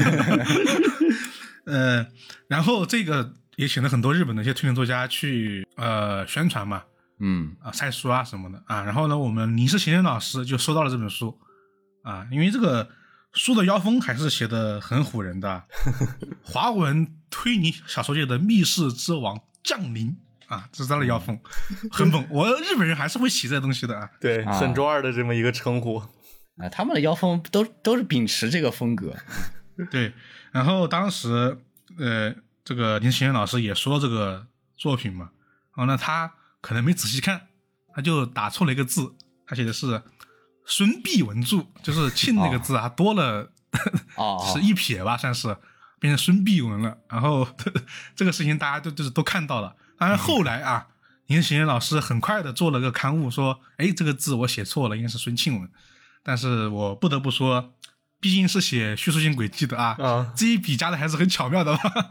呃，然后这个也请了很多日本的一些推理作家去呃宣传嘛。 嗯啊，晒书啊什么的啊，然后呢，我们倪氏行人老师就收到了这本书啊，因为这个书的腰封还是写的很唬人的，华文推理小说界的密室之王降临啊，这是他的腰封，很猛。我日本人还是会起这东西的啊， 对，很周二的这么一个称呼。 啊，他们的妖风都都是秉持这个风格。 对，然后当时呃，这个林行远老师也说这个作品嘛，然后呢，他可能没仔细看，他就打错了一个字，他写的是孙弼文著，就是庆那个字啊、哦、多了， 哦， 是一撇吧，算是变成孙弼文了。然后这个事情大家都就是都看到了。当然后来啊，林行远老师很快的做了个刊物，说，哎，这个字我写错了，应该是孙庆文。但是我不得不说，毕竟是写叙述性轨迹的啊， 啊这一笔加的还是很巧妙的吧。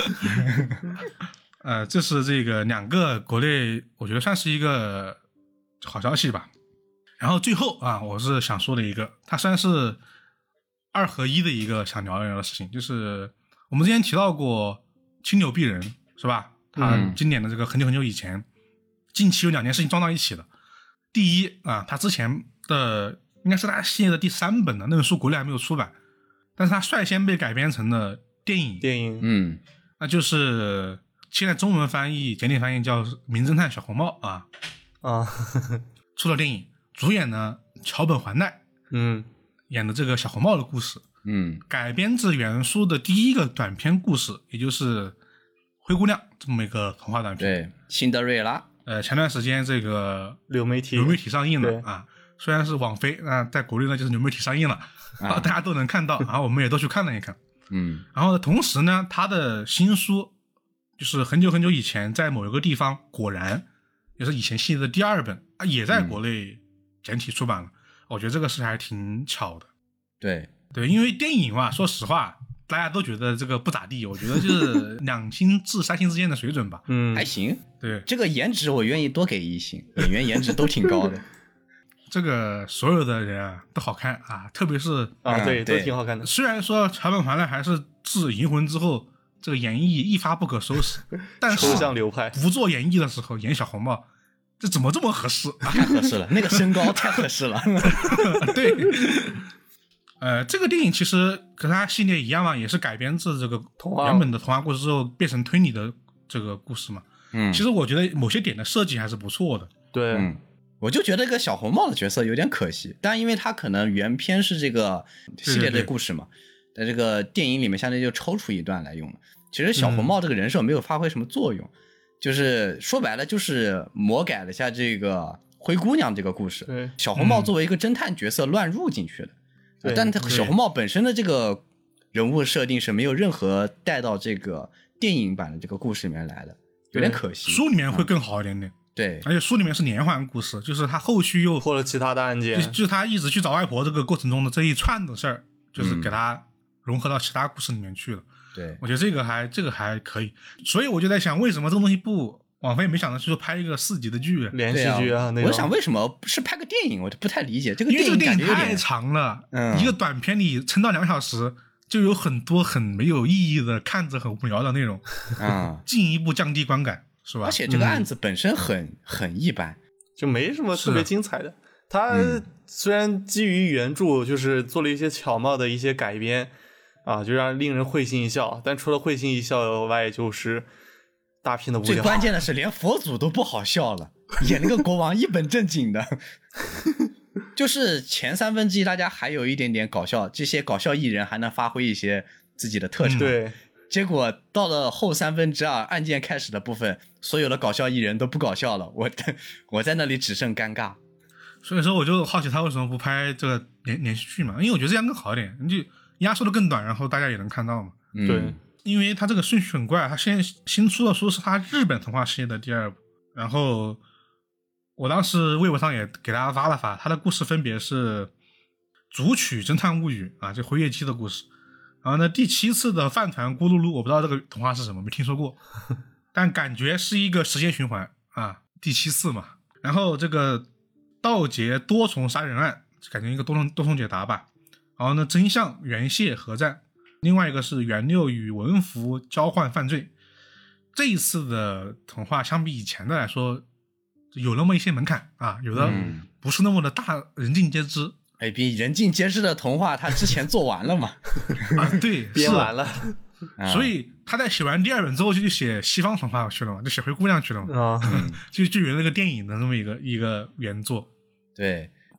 呃，这是这个两个国内，我觉得算是一个好消息吧。然后最后啊，我是想说的一个，它算是二合一的一个想聊一聊的事情，就是我们之前提到过青柳碧人是吧？他经典的这个很久很久以前，嗯、近期有两件事情撞到一起了。第一啊，他之前的应该是他系列的第三本的那本书国内还没有出版，但是他率先被改编成了电影。 电影， 嗯， 那就是现在中文翻译简体翻译叫《名侦探小红帽》啊啊， 出了电影，主演呢桥本环奈， 嗯， 演的这个小红帽的故事， 嗯， 改编自原书的第一个短篇故事，也就是灰姑娘这么一个童话短片。 对，辛德瑞拉。 呃，前段时间这个流媒体流媒体上映了啊，虽然是网飞，那、呃、在国内呢就是流媒体上映了，啊、大家都能看到，然后我们也都去看了一看。 嗯， 然后同时呢，他的新书就是很久很久以前在某一个地方果然也是以前系列的第二本啊，也在国内简体出版了。嗯、我觉得这个事还挺巧的。 对对，因为电影嘛，说实话大家都觉得这个不咋地，我觉得就是两星至三星之间的水准吧。 嗯， 还行。 对， 这个颜值我愿意多给一星，演员颜值都挺高的。 这个所有的人啊都好看啊，特别是啊，对， 嗯、 都挺好看的。 虽然说桥本环奈还是自《银魂》之后这个演绎一发不可收拾，但是抽象流派不做演绎的时候演小红帽，这怎么这么合适？ 太合适了，那个身高太合适了。 对，呃，这个电影其实跟它系列一样嘛，也是改编自这个原本的童话故事之后变成推理的这个故事嘛。 嗯， 其实我觉得某些点的设计还是不错的。 对， 嗯，我就觉得这个小红帽的角色有点可惜，但因为他可能原片是这个系列的故事嘛，在这个电影里面相当于就抽出一段来用了。其实小红帽这个人设没有发挥什么作用，嗯、就是说白了就是魔改了一下这个灰姑娘这个故事。 对， 小红帽作为一个侦探角色乱入进去的， 嗯、 但他小红帽本身的这个人物设定是没有任何带到这个电影版的这个故事里面来的。有点可惜， 书里面会更好一点点。 嗯、对， 而且书里面是连环故事，就是他后续又破了其他的案件， 就就是他一直去找外婆这个过程中的这一串的事儿，就是给他融合到其他故事里面去了。 嗯、对， 我觉得这个还这个还可以，所以我就在想，为什么这个东西不网飞没想到去说拍一个四集的剧， 连续剧啊？ 那我想为什么是拍个电影，我就不太理解这个电影， 因为这个电影太长了， 嗯、 一个短片里撑到两小时。就有很多很没有意义的看着很无聊的内容， 啊、 嗯，进一步降低观感，是吧？ 而且这个案子本身很、嗯、很一般， 就没什么特别精彩的。他虽然基于原著，就是做了一些巧妙的一些改编啊，就让令人会心一笑。但除了会心一笑外，就是大片的无聊。 最关键的是，连佛祖都不好笑了，演那个国王一本正经的。就是前三分之一大家还有一点点搞笑，这些搞笑艺人还能发挥一些自己的特长、 嗯、对， 结果到了后三分之二案件开始的部分，所有的搞笑艺人都不搞笑了，我我在那里只剩尴尬。 所以说我就好奇他为什么不拍这个连连续剧嘛，因为我觉得这样更好一点，你就压缩的更短，然后大家也能看到嘛。 嗯、 对， 因为他这个顺序很怪，他现在新出的书是他日本童话系列的第二部，然后我当时微博上也给大家发了发，他的故事分别是主曲侦探物语啊，这辉夜姬的故事，然后呢第七次的饭团咕噜噜，我不知道这个童话是什么，没听说过，但感觉是一个时间循环啊，第七次嘛。然后这个盗劫多重杀人案，感觉一个多重多重解答吧。然后呢真相原谢合战，另外一个是元六与文福交换犯罪。这一次的童话相比以前的来说有那么一些门槛啊，有的不是那么的大人尽皆知。 哎，比人尽皆知的童话他之前做完了嘛。 啊，对， 编完了。 所以他在写完第二本之后就去写西方童话去了嘛，就写灰姑娘去了嘛。 啊、 嗯，就就有那个电影的这么一个一个原作。 对，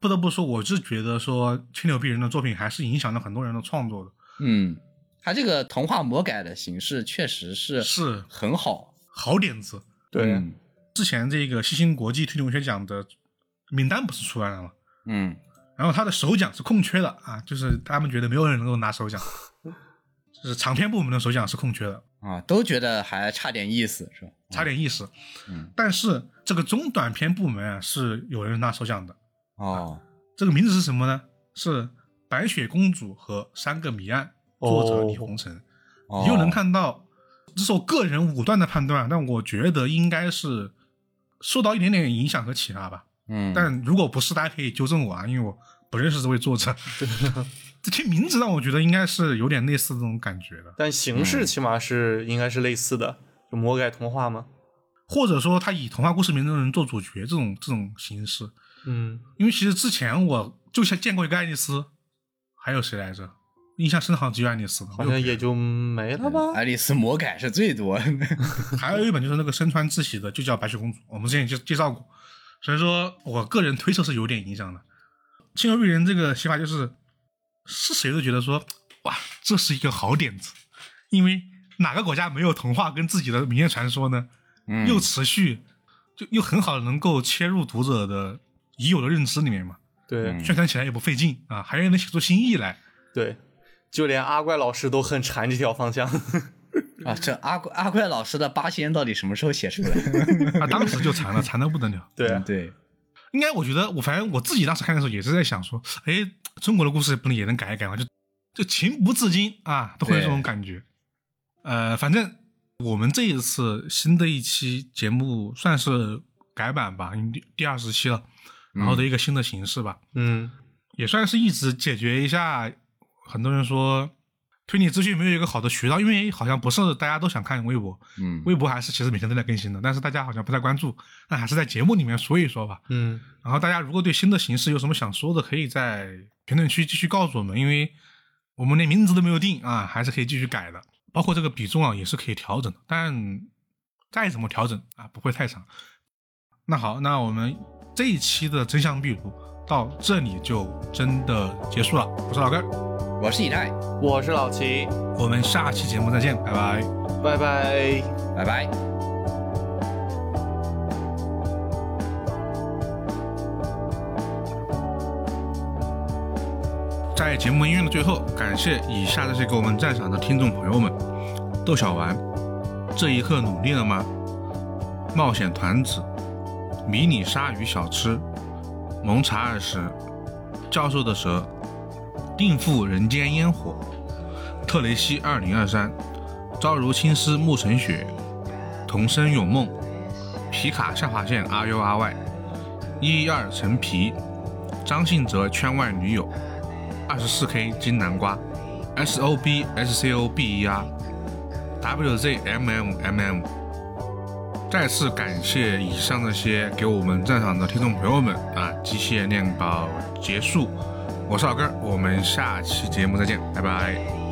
不得不说，我是觉得说青柳碧人的作品还是影响了很多人的创作的。 嗯，他这个童话魔改的形式确实是是很好， 好点子。 对， 嗯之前这个西星国际推理文学奖的名单不是出来了吗？ 嗯， 然后他的首奖是空缺的啊，就是他们觉得没有人能够拿首奖，就是长篇部门的首奖是空缺的啊，都觉得还差点意思，是吧？ 差点意思。 嗯， 但是这个中短篇部门啊是有人拿首奖的。 哦， 这个名字是什么呢？是《白雪公主和三个谜案》，作者李红尘。 哦、 你就能看到，这是我个人武断的判断，但我觉得应该是受到一点点影响和启发吧。 嗯， 但如果不是，大家可以纠正我啊，因为我不认识这位作者。这听名字让我觉得应该是有点类似这种感觉的， 但形式起码是、嗯、应该是类似的，就魔改童话吗？ 或者说他以童话故事名中人做主角这种这种形式。 嗯， 因为其实之前我就像见过一个爱丽丝，还有谁来着？印象深好像只有爱丽丝， 好像也就没了吧。 嗯、爱丽丝魔改是最多的， 还有一本就是那个身川智喜的，就叫白雪公主，我们之前就介绍过。所以说我个人推测是有点影响的。青柳碧人这个写法就是是谁都觉得说哇这是一个好点子，因为哪个国家没有童话跟自己的民间传说呢？嗯、又持续就又很好的能够切入读者的已有的认知里面嘛。 对， 宣传起来也不费劲啊，还能写出新意来。 对，就连阿怪老师都很馋这条方向。 啊，这阿怪阿怪老师的八仙到底什么时候写出来？ 啊，当时就馋了，馋得不得了。 对、 嗯、对， 应该我觉得我反正我自己当时看的时候也是在想说，哎，中国的故事不能也能改一改吗？就就情不自禁啊，都会有这种感觉。呃，反正我们这一次新的一期节目算是改版吧，因为第二十期了，然后的一个新的形式吧。 嗯， 也算是一直解决一下很多人说推理资讯没有一个好的渠道，因为好像不是大家都想看微博， 嗯， 微博还是其实每天都在更新的，但是大家好像不太关注，那还是在节目里面说一说吧。 嗯， 然后大家如果对新的形式有什么想说的，可以在评论区继续告诉我们，因为我们连名字都没有定啊，还是可以继续改的，包括这个比重啊也是可以调整的，但再怎么调整啊不会太长。那好，那我们这一期的真相壁炉到这里就真的结束了。我是老根， 我是以太， 我是老齐， 我们下期节目再见，拜拜， 拜拜， 拜拜。 在节目音乐的最后，感谢以下这些给我们赞赏的听众朋友们：窦小丸，这一刻努力了吗？冒险团子，迷你鲨鱼小吃，蒙查二十，教授的蛇，定赴人间烟火，特雷西二零二三，朝如青丝暮成雪，童声永梦，皮卡下划线 R U R Y， 一一二陈皮，张信哲圈外女友，二十四 K 金南瓜 S O B S C O B E R W Z M M M M。 再次感谢以上那些给我们赞赏的听众朋友们啊！机械念稿结束，我是老根，我们下期节目再见，拜拜。